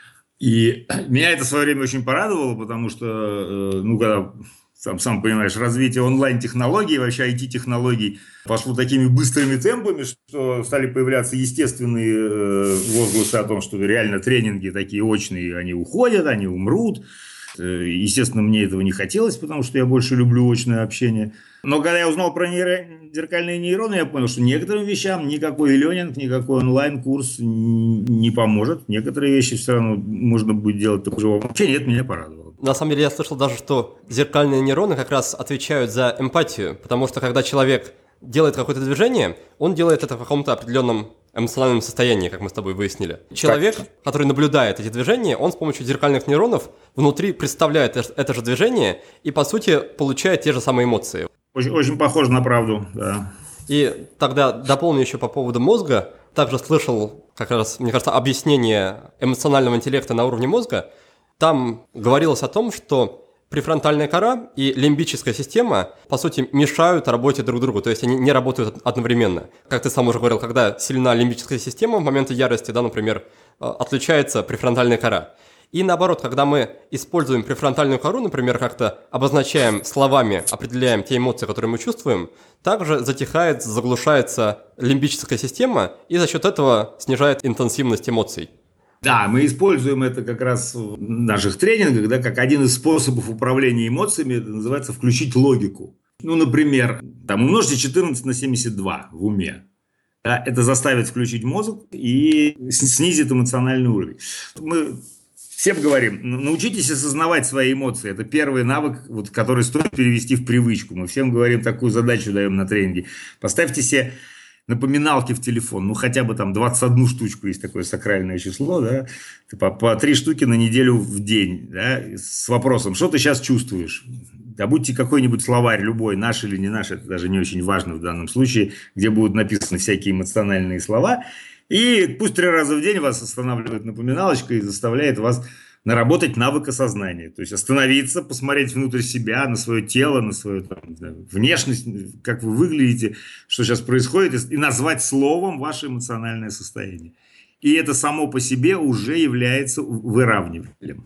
И меня это в свое время очень порадовало, потому что, ну, когда, сам понимаешь, развитие онлайн-технологий, вообще IT-технологий пошло такими быстрыми темпами, что стали появляться естественные возгласы о том, что реально тренинги такие очные, они уходят, они умрут. Естественно, мне этого не хотелось, потому что я больше люблю очное общение. Но когда я узнал про зеркальные нейроны, я понял, что некоторым вещам никакой ленинг, никакой онлайн-курс не поможет. Некоторые вещи все равно можно будет делать только в живом общении. Это меня порадовало. На самом деле я слышал даже, что зеркальные нейроны как раз отвечают за эмпатию, потому что когда человек делает какое-то движение, он делает это в каком-то определенном эмоциональном состоянии, как мы с тобой выяснили. Человек, который наблюдает эти движения, он с помощью зеркальных нейронов внутри представляет это же движение и, по сути, получает те же самые эмоции. Очень, очень похоже на правду, да. И тогда дополню еще по поводу мозга. Также слышал, как раз, мне кажется, объяснение эмоционального интеллекта на уровне мозга. Там говорилось о том, что префронтальная кора и лимбическая система, по сути, мешают работе друг другу, то есть они не работают одновременно. Как ты сам уже говорил, когда сильна лимбическая система, в моменты ярости, да, например, отключается префронтальная кора. И наоборот, когда мы используем префронтальную кору, например, как-то обозначаем словами, определяем те эмоции, которые мы чувствуем, также затихает, заглушается лимбическая система, и за счет этого снижает интенсивность эмоций. Да, мы используем это как раз в наших тренингах, да, как один из способов управления эмоциями, это называется включить логику. Ну, например, там, умножьте 14 на 72 в уме. Да, это заставит включить мозг и снизит эмоциональный уровень. Мы всем говорим, научитесь осознавать свои эмоции. Это первый навык, вот, который стоит перевести в привычку. Мы всем говорим, такую задачу даем на тренинге. Поставьте себе напоминалки в телефон, ну хотя бы там 21 штучку, есть такое сакральное число, да, по 3 штуки на неделю в день, да, с вопросом, что ты сейчас чувствуешь. Добудьте какой-нибудь словарь, любой, наш или не наш, это даже не очень важно в данном случае, где будут написаны всякие эмоциональные слова, и пусть 3 раза в день вас останавливает напоминалочка и заставляет вас наработать навык осознания. То есть остановиться, посмотреть внутрь себя, на свое тело, на свою там, не знаю, внешность, как вы выглядите, что сейчас происходит, и назвать словом ваше эмоциональное состояние. И это само по себе уже является выравнивателем.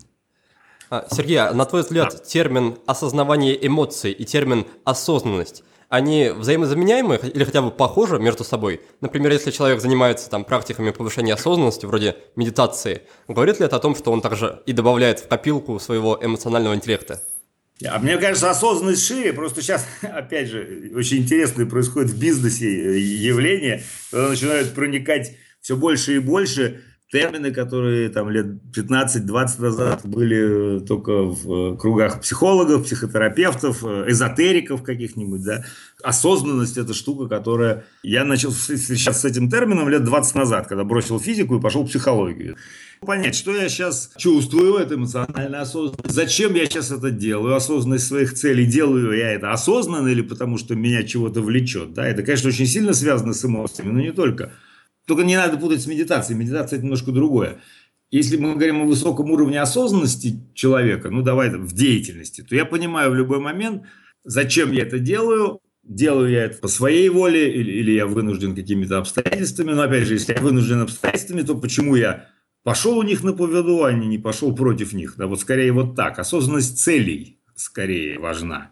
Сергей, на твой взгляд, термин осознавание эмоций и термин осознанность, они взаимозаменяемы или хотя бы похожи между собой? Например, если человек занимается там практиками повышения осознанности, вроде медитации, говорит ли это о том, что он также и добавляет в копилку своего эмоционального интеллекта? А мне кажется, осознанность шире. Просто сейчас, опять же, очень интересное происходит в бизнесе явление, когда начинают проникать все больше и больше термины, которые там лет 15-20 назад были только в кругах психологов, психотерапевтов, эзотериков каких-нибудь, да. Осознанность – это штука, которая… Я начал встречаться с этим термином лет 20 назад, когда бросил физику и пошел в психологию. Понять, что я сейчас чувствую, это эмоциональная осознанность. Зачем я сейчас это делаю, осознанность своих целей. Делаю я это осознанно или потому, что меня чего-то влечет. Да? Это, конечно, очень сильно связано с эмоциями, но не только. Только не надо путать с медитацией. Медитация – это немножко другое. Если мы говорим о высоком уровне осознанности человека, ну давай в деятельности, то я понимаю в любой момент, зачем я это делаю. Делаю я это по своей воле или я вынужден какими-то обстоятельствами. Но опять же, если я вынужден обстоятельствами, то почему я пошел у них на поводу, а не пошел против них? Да вот скорее вот так. Осознанность целей скорее важна.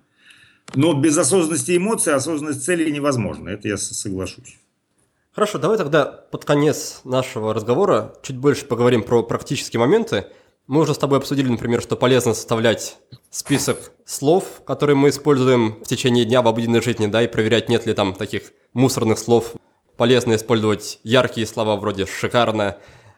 Но без осознанности эмоций осознанность целей невозможна. Это я соглашусь. Хорошо, давай тогда под конец нашего разговора чуть больше поговорим про практические моменты. Мы уже с тобой обсудили, например, что полезно составлять список слов, которые мы используем в течение дня в обыденной жизни, да, и проверять, нет ли там таких мусорных слов. Полезно использовать яркие слова вроде «шикарно»,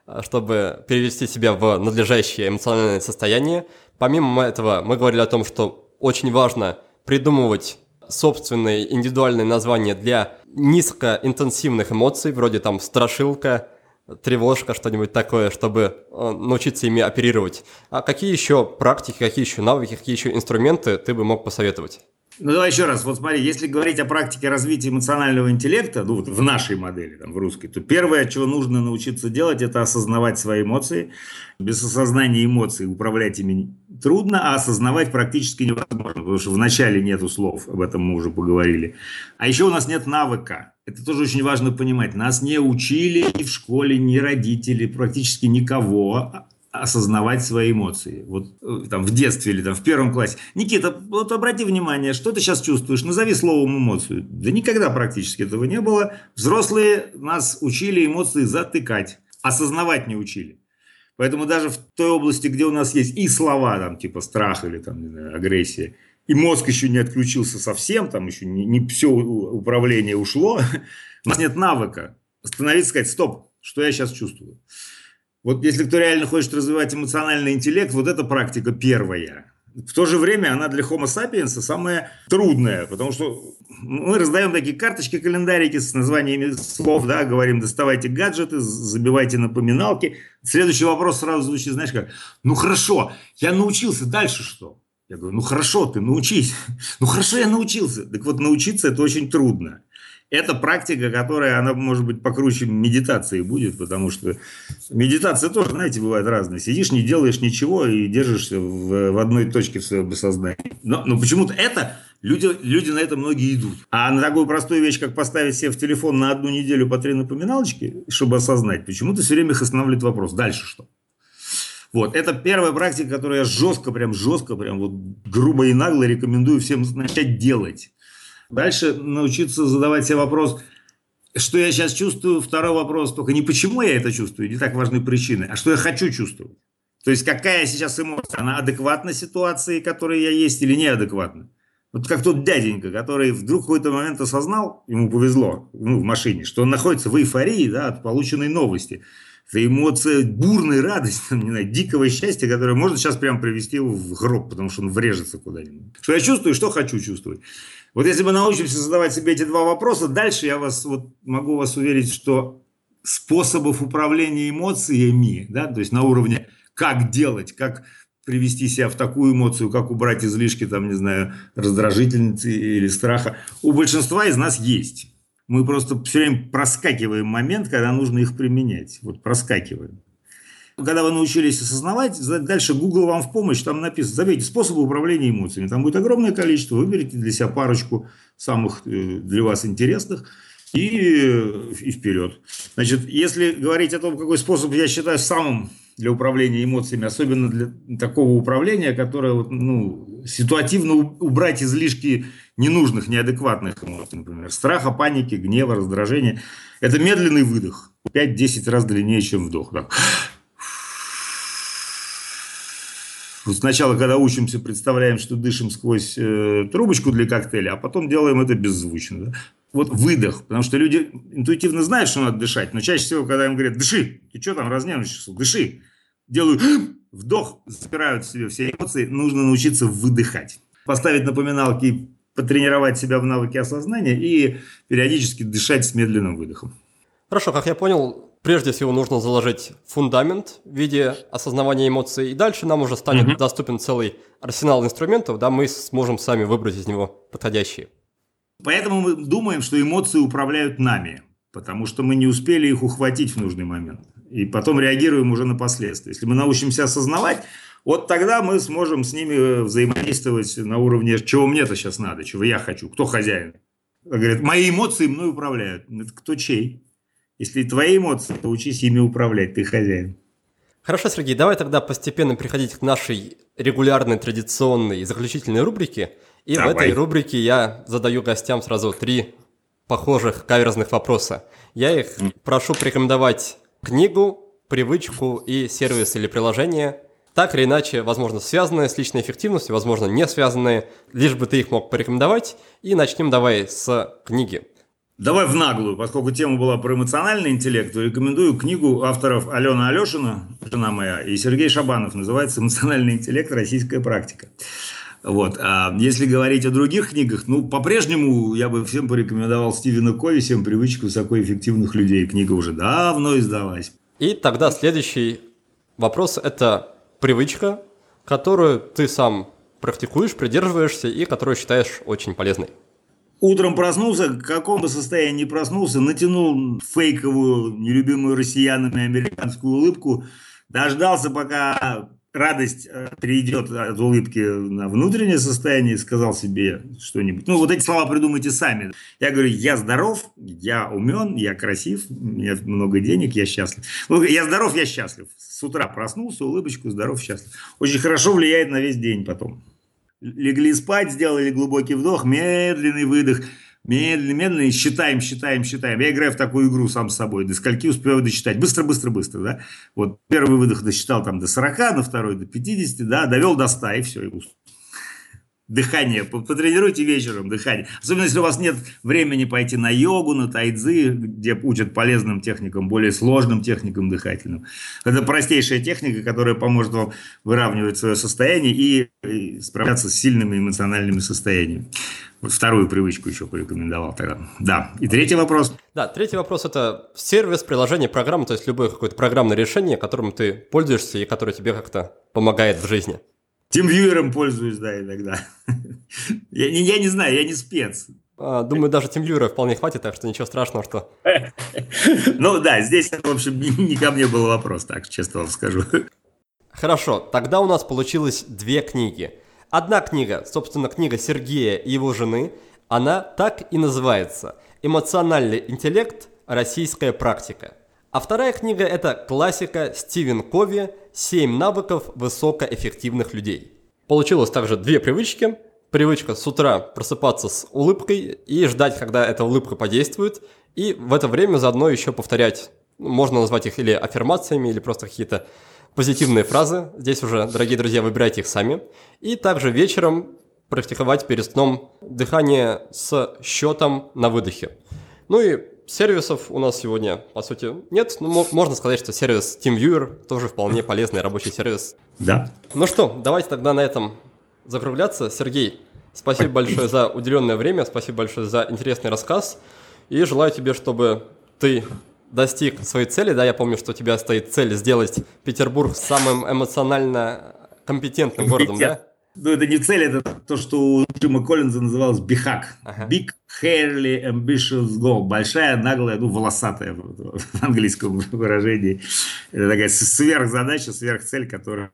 чтобы перевести себя в надлежащее эмоциональное состояние. Помимо этого, мы говорили о том, что очень важно придумывать собственные индивидуальные названия для низкоинтенсивных эмоций, вроде там страшилка, тревожка, что-нибудь такое, чтобы научиться ими оперировать. А какие еще практики, какие еще навыки, какие еще инструменты ты бы мог посоветовать? Ну, давай еще раз. Вот смотри, если говорить о практике развития эмоционального интеллекта, ну, вот в нашей модели, там, в русской, то первое, чего нужно научиться делать, это осознавать свои эмоции. Без осознания эмоций управлять ими трудно, а осознавать практически невозможно, потому что вначале нету слов, об этом мы уже поговорили. А еще у нас нет навыка. Это тоже очень важно понимать. Нас не учили ни в школе, ни родители, практически никого осознавать свои эмоции. Вот там в детстве или там в первом классе. Никита, вот обрати внимание, что ты сейчас чувствуешь? Назови словом эмоцию. Да никогда практически этого не было. Взрослые нас учили эмоции затыкать. Осознавать не учили. Поэтому даже в той области, где у нас есть и слова, там, типа страх или там, не знаю, агрессия, и мозг еще не отключился совсем, там еще не все управление ушло, у нас нет навыка остановиться и сказать: стоп, что я сейчас чувствую. Вот если кто реально хочет развивать эмоциональный интеллект, вот эта практика первая. В то же время она для Homo sapiens самая трудная, потому что мы раздаем такие карточки, календарики с названиями слов, да, говорим: доставайте гаджеты, забивайте напоминалки. Следующий вопрос сразу звучит, знаешь как: ну хорошо, я научился, дальше что? Я говорю: ну хорошо, ты научись. Ну хорошо, я научился. Так вот, научиться это очень трудно. Это практика, которая, она может быть покруче медитации будет, потому что медитация тоже, знаете, бывает разная. Сидишь, не делаешь ничего и держишься в одной точке в своем сознании. Но почему-то это, люди на это многие идут. А на такую простую вещь, как поставить себе в телефон на 1 неделю по 3 напоминалочки, чтобы осознать, почему-то все время их останавливает вопрос: дальше что? Вот, это первая практика, которую я жестко, прям вот грубо и нагло рекомендую всем начать делать. Дальше научиться задавать себе вопрос: что я сейчас чувствую? Второй вопрос только не почему я это чувствую, не так важны причины, а что я хочу чувствовать. То есть какая сейчас эмоция, она адекватна ситуации, которой я есть, или неадекватна. Вот как тот дяденька, который вдруг в какой-то момент осознал, ему повезло, в машине, что он находится в эйфории, да, от полученной новости. Это эмоция бурной радости, не знаю, дикого счастья, которое можно сейчас прям привести его в гроб, потому что он врежется куда-нибудь. Что я чувствую, что хочу чувствовать. Вот если мы научимся задавать себе эти 2 вопроса, дальше я могу вас уверить, что способов управления эмоциями, да, то есть на уровне как делать, как привести себя в такую эмоцию, как убрать излишки, там, не знаю, раздражительности или страха, у большинства из нас есть. Мы просто все время проскакиваем момент, когда нужно их применять. Вот проскакиваем. Когда вы научились осознавать, дальше Google вам в помощь, там написано: забейте способы управления эмоциями. Там будет огромное количество, выберите для себя парочку самых для вас интересных и вперед. Значит, если говорить о том, какой способ я считаю самым для управления эмоциями, особенно для такого управления, которое ситуативно убрать излишки ненужных, неадекватных эмоций, например, страха, паники, гнева, раздражения, это медленный выдох, 5-10 раз длиннее, чем вдох. Так. Вот сначала, когда учимся, представляем, что дышим сквозь трубочку для коктейля, а потом делаем это беззвучно. Да? Вот выдох, потому что люди интуитивно знают, что надо дышать, но чаще всего, когда им говорят: дыши, ты что там разнервничался, дыши, делают вдох, запирают в себе все эмоции, нужно научиться выдыхать. Поставить напоминалки, потренировать себя в навыке осознания и периодически дышать с медленным выдохом. Хорошо, как я понял, прежде всего нужно заложить фундамент в виде осознавания эмоций, и дальше нам уже станет доступен целый арсенал инструментов, да, мы сможем сами выбрать из него подходящие. Поэтому мы думаем, что эмоции управляют нами, потому что мы не успели их ухватить в нужный момент. И потом реагируем уже на последствия. Если мы научимся осознавать, вот тогда мы сможем с ними взаимодействовать на уровне: чего мне-то сейчас надо, чего я хочу, кто хозяин. Говорят: мои эмоции мной управляют. Это кто чей? Если твои эмоции, то учись ими управлять, ты хозяин. Хорошо, Сергей, давай тогда постепенно переходить к нашей регулярной, традиционной заключительной рубрике. И давай. В этой рубрике я задаю гостям сразу 3 похожих каверзных вопроса. Я их прошу порекомендовать книгу, привычку и сервис или приложение, так или иначе, возможно, связанные с личной эффективностью, возможно, не связанные, лишь бы ты их мог порекомендовать. И начнем давай с книги. Давай в наглую, поскольку тема была про эмоциональный интеллект, то рекомендую книгу авторов Алена Алешина, жена моя, и Сергей Шабанов. Называется «Эмоциональный интеллект. Российская практика». Вот. А если говорить о других книгах, по-прежнему я бы всем порекомендовал Стивена Кови «7 привычек высокоэффективных людей». Книга уже давно издалась. И тогда следующий вопрос – это привычка, которую ты сам практикуешь, придерживаешься и которую считаешь очень полезной? Утром проснулся, в каком бы состоянии ни проснулся, натянул фейковую, нелюбимую россиянами американскую улыбку, дождался, пока радость перейдет от улыбки на внутреннее состояние, и сказал себе что-нибудь. Вот эти слова придумайте сами. Я говорю, я здоров, я умен, я красив, у меня много денег, я счастлив. Я здоров, я счастлив. С утра проснулся, улыбочку, здоров, счастлив. Очень хорошо влияет на весь день потом. Легли спать, сделали глубокий вдох, медленный выдох, медленно, считаем. Я играю в такую игру сам с собой, до скольки успеваю досчитать. Быстро, да. Вот первый выдох досчитал там до 40, на второй до 50, да, довел до 100, и все, и дыхание, потренируйте вечером дыхание. Особенно, если у вас нет времени пойти на йогу, на тайцзи, где учат полезным техникам, более сложным техникам дыхательным. Это простейшая техника, которая поможет вам выравнивать свое состояние и справляться с сильными эмоциональными состояниями. Вот вторую привычку еще порекомендовал тогда. Да, и третий вопрос. Да, третий вопрос – это сервис, приложение, программа, то есть любое какое-то программное решение, которым ты пользуешься и которое тебе как-то помогает в жизни. TeamViewer пользуюсь, да, иногда. Я не знаю, я не спец. Думаю, даже TeamViewer вполне хватит, так что ничего страшного, что... Ну да, здесь, в общем, не ко мне был вопрос, так честно вам скажу. Хорошо, тогда у нас получилось 2 книги. Одна книга, собственно, книга Сергея и его жены, она так и называется «Эмоциональный интеллект. Российская практика». А вторая книга – это классика Стивен Кови «7 навыков высокоэффективных людей». Получилось также 2 привычки. Привычка с утра просыпаться с улыбкой и ждать, когда эта улыбка подействует. И в это время заодно еще повторять, можно назвать их или аффирмациями, или просто какие-то позитивные фразы. Здесь уже, дорогие друзья, выбирайте их сами. И также вечером практиковать перед сном дыхание с счетом на выдохе. Ну и сервисов у нас сегодня, по сути, нет. Но можно сказать, что сервис TeamViewer тоже вполне полезный рабочий сервис. Да. Ну что, давайте тогда на этом закругляться. Сергей, спасибо большое за уделенное время, спасибо большое за интересный рассказ. И желаю тебе, чтобы ты достиг своей цели. Да, я помню, что у тебя стоит цель сделать Петербург самым эмоционально компетентным городом, да? Ну, это не цель, это то, что у Джима Коллинза называлось BHAG. Big, Hairy, Ambitious Goal. Большая, наглая, волосатая в английском выражении. Это такая сверхзадача, сверхцель, которая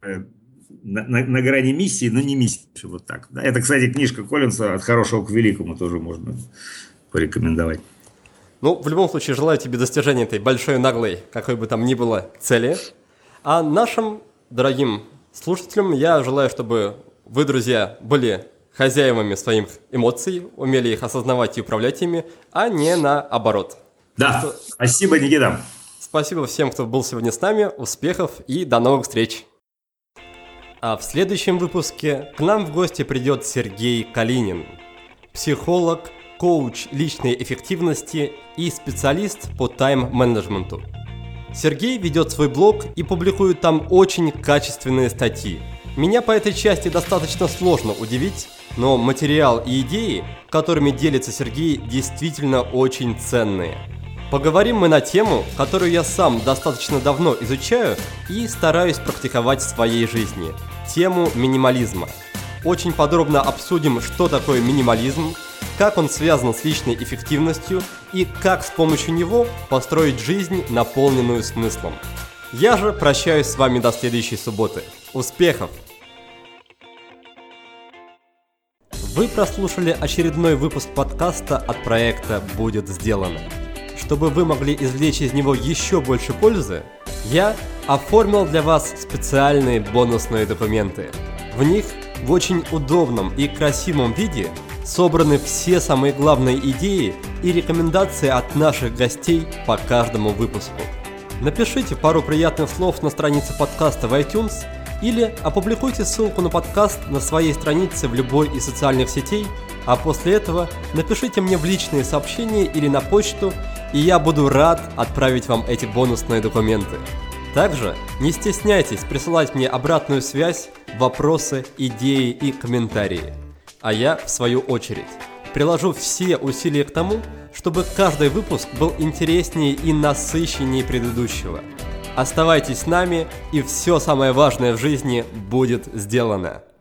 на грани миссии, но не миссии. Вот так. Это, кстати, книжка Коллинза «От хорошего к великому», тоже можно порекомендовать. Ну, в любом случае, желаю тебе достижения этой большой, наглой, какой бы там ни было, цели. А нашим дорогим слушателям я желаю, чтобы вы, друзья, были хозяевами своих эмоций, умели их осознавать и управлять ими, а не наоборот. Да, спасибо, Никита. Спасибо всем, кто был сегодня с нами, успехов и до новых встреч. А в следующем выпуске к нам в гости придет Сергей Калинин, психолог, коуч личной эффективности и специалист по тайм-менеджменту. Сергей ведет свой блог и публикует там очень качественные статьи. Меня по этой части достаточно сложно удивить, но материал и идеи, которыми делится Сергей, действительно очень ценные. Поговорим мы на тему, которую я сам достаточно давно изучаю и стараюсь практиковать в своей жизни – тему минимализма. Очень подробно обсудим, что такое минимализм, как он связан с личной эффективностью и как с помощью него построить жизнь, наполненную смыслом. Я же прощаюсь с вами до следующей субботы. Успехов! Вы прослушали очередной выпуск подкаста от проекта «Будет сделано». Чтобы вы могли извлечь из него еще больше пользы, я оформил для вас специальные бонусные документы. В них в очень удобном и красивом виде собраны все самые главные идеи и рекомендации от наших гостей по каждому выпуску. Напишите пару приятных слов на странице подкаста в iTunes или опубликуйте ссылку на подкаст на своей странице в любой из социальных сетей, а после этого напишите мне в личные сообщения или на почту, и я буду рад отправить вам эти бонусные документы. Также не стесняйтесь присылать мне обратную связь, вопросы, идеи и комментарии. А я, в свою очередь, приложу все усилия к тому, чтобы каждый выпуск был интереснее и насыщеннее предыдущего. Оставайтесь с нами, и все самое важное в жизни будет сделано.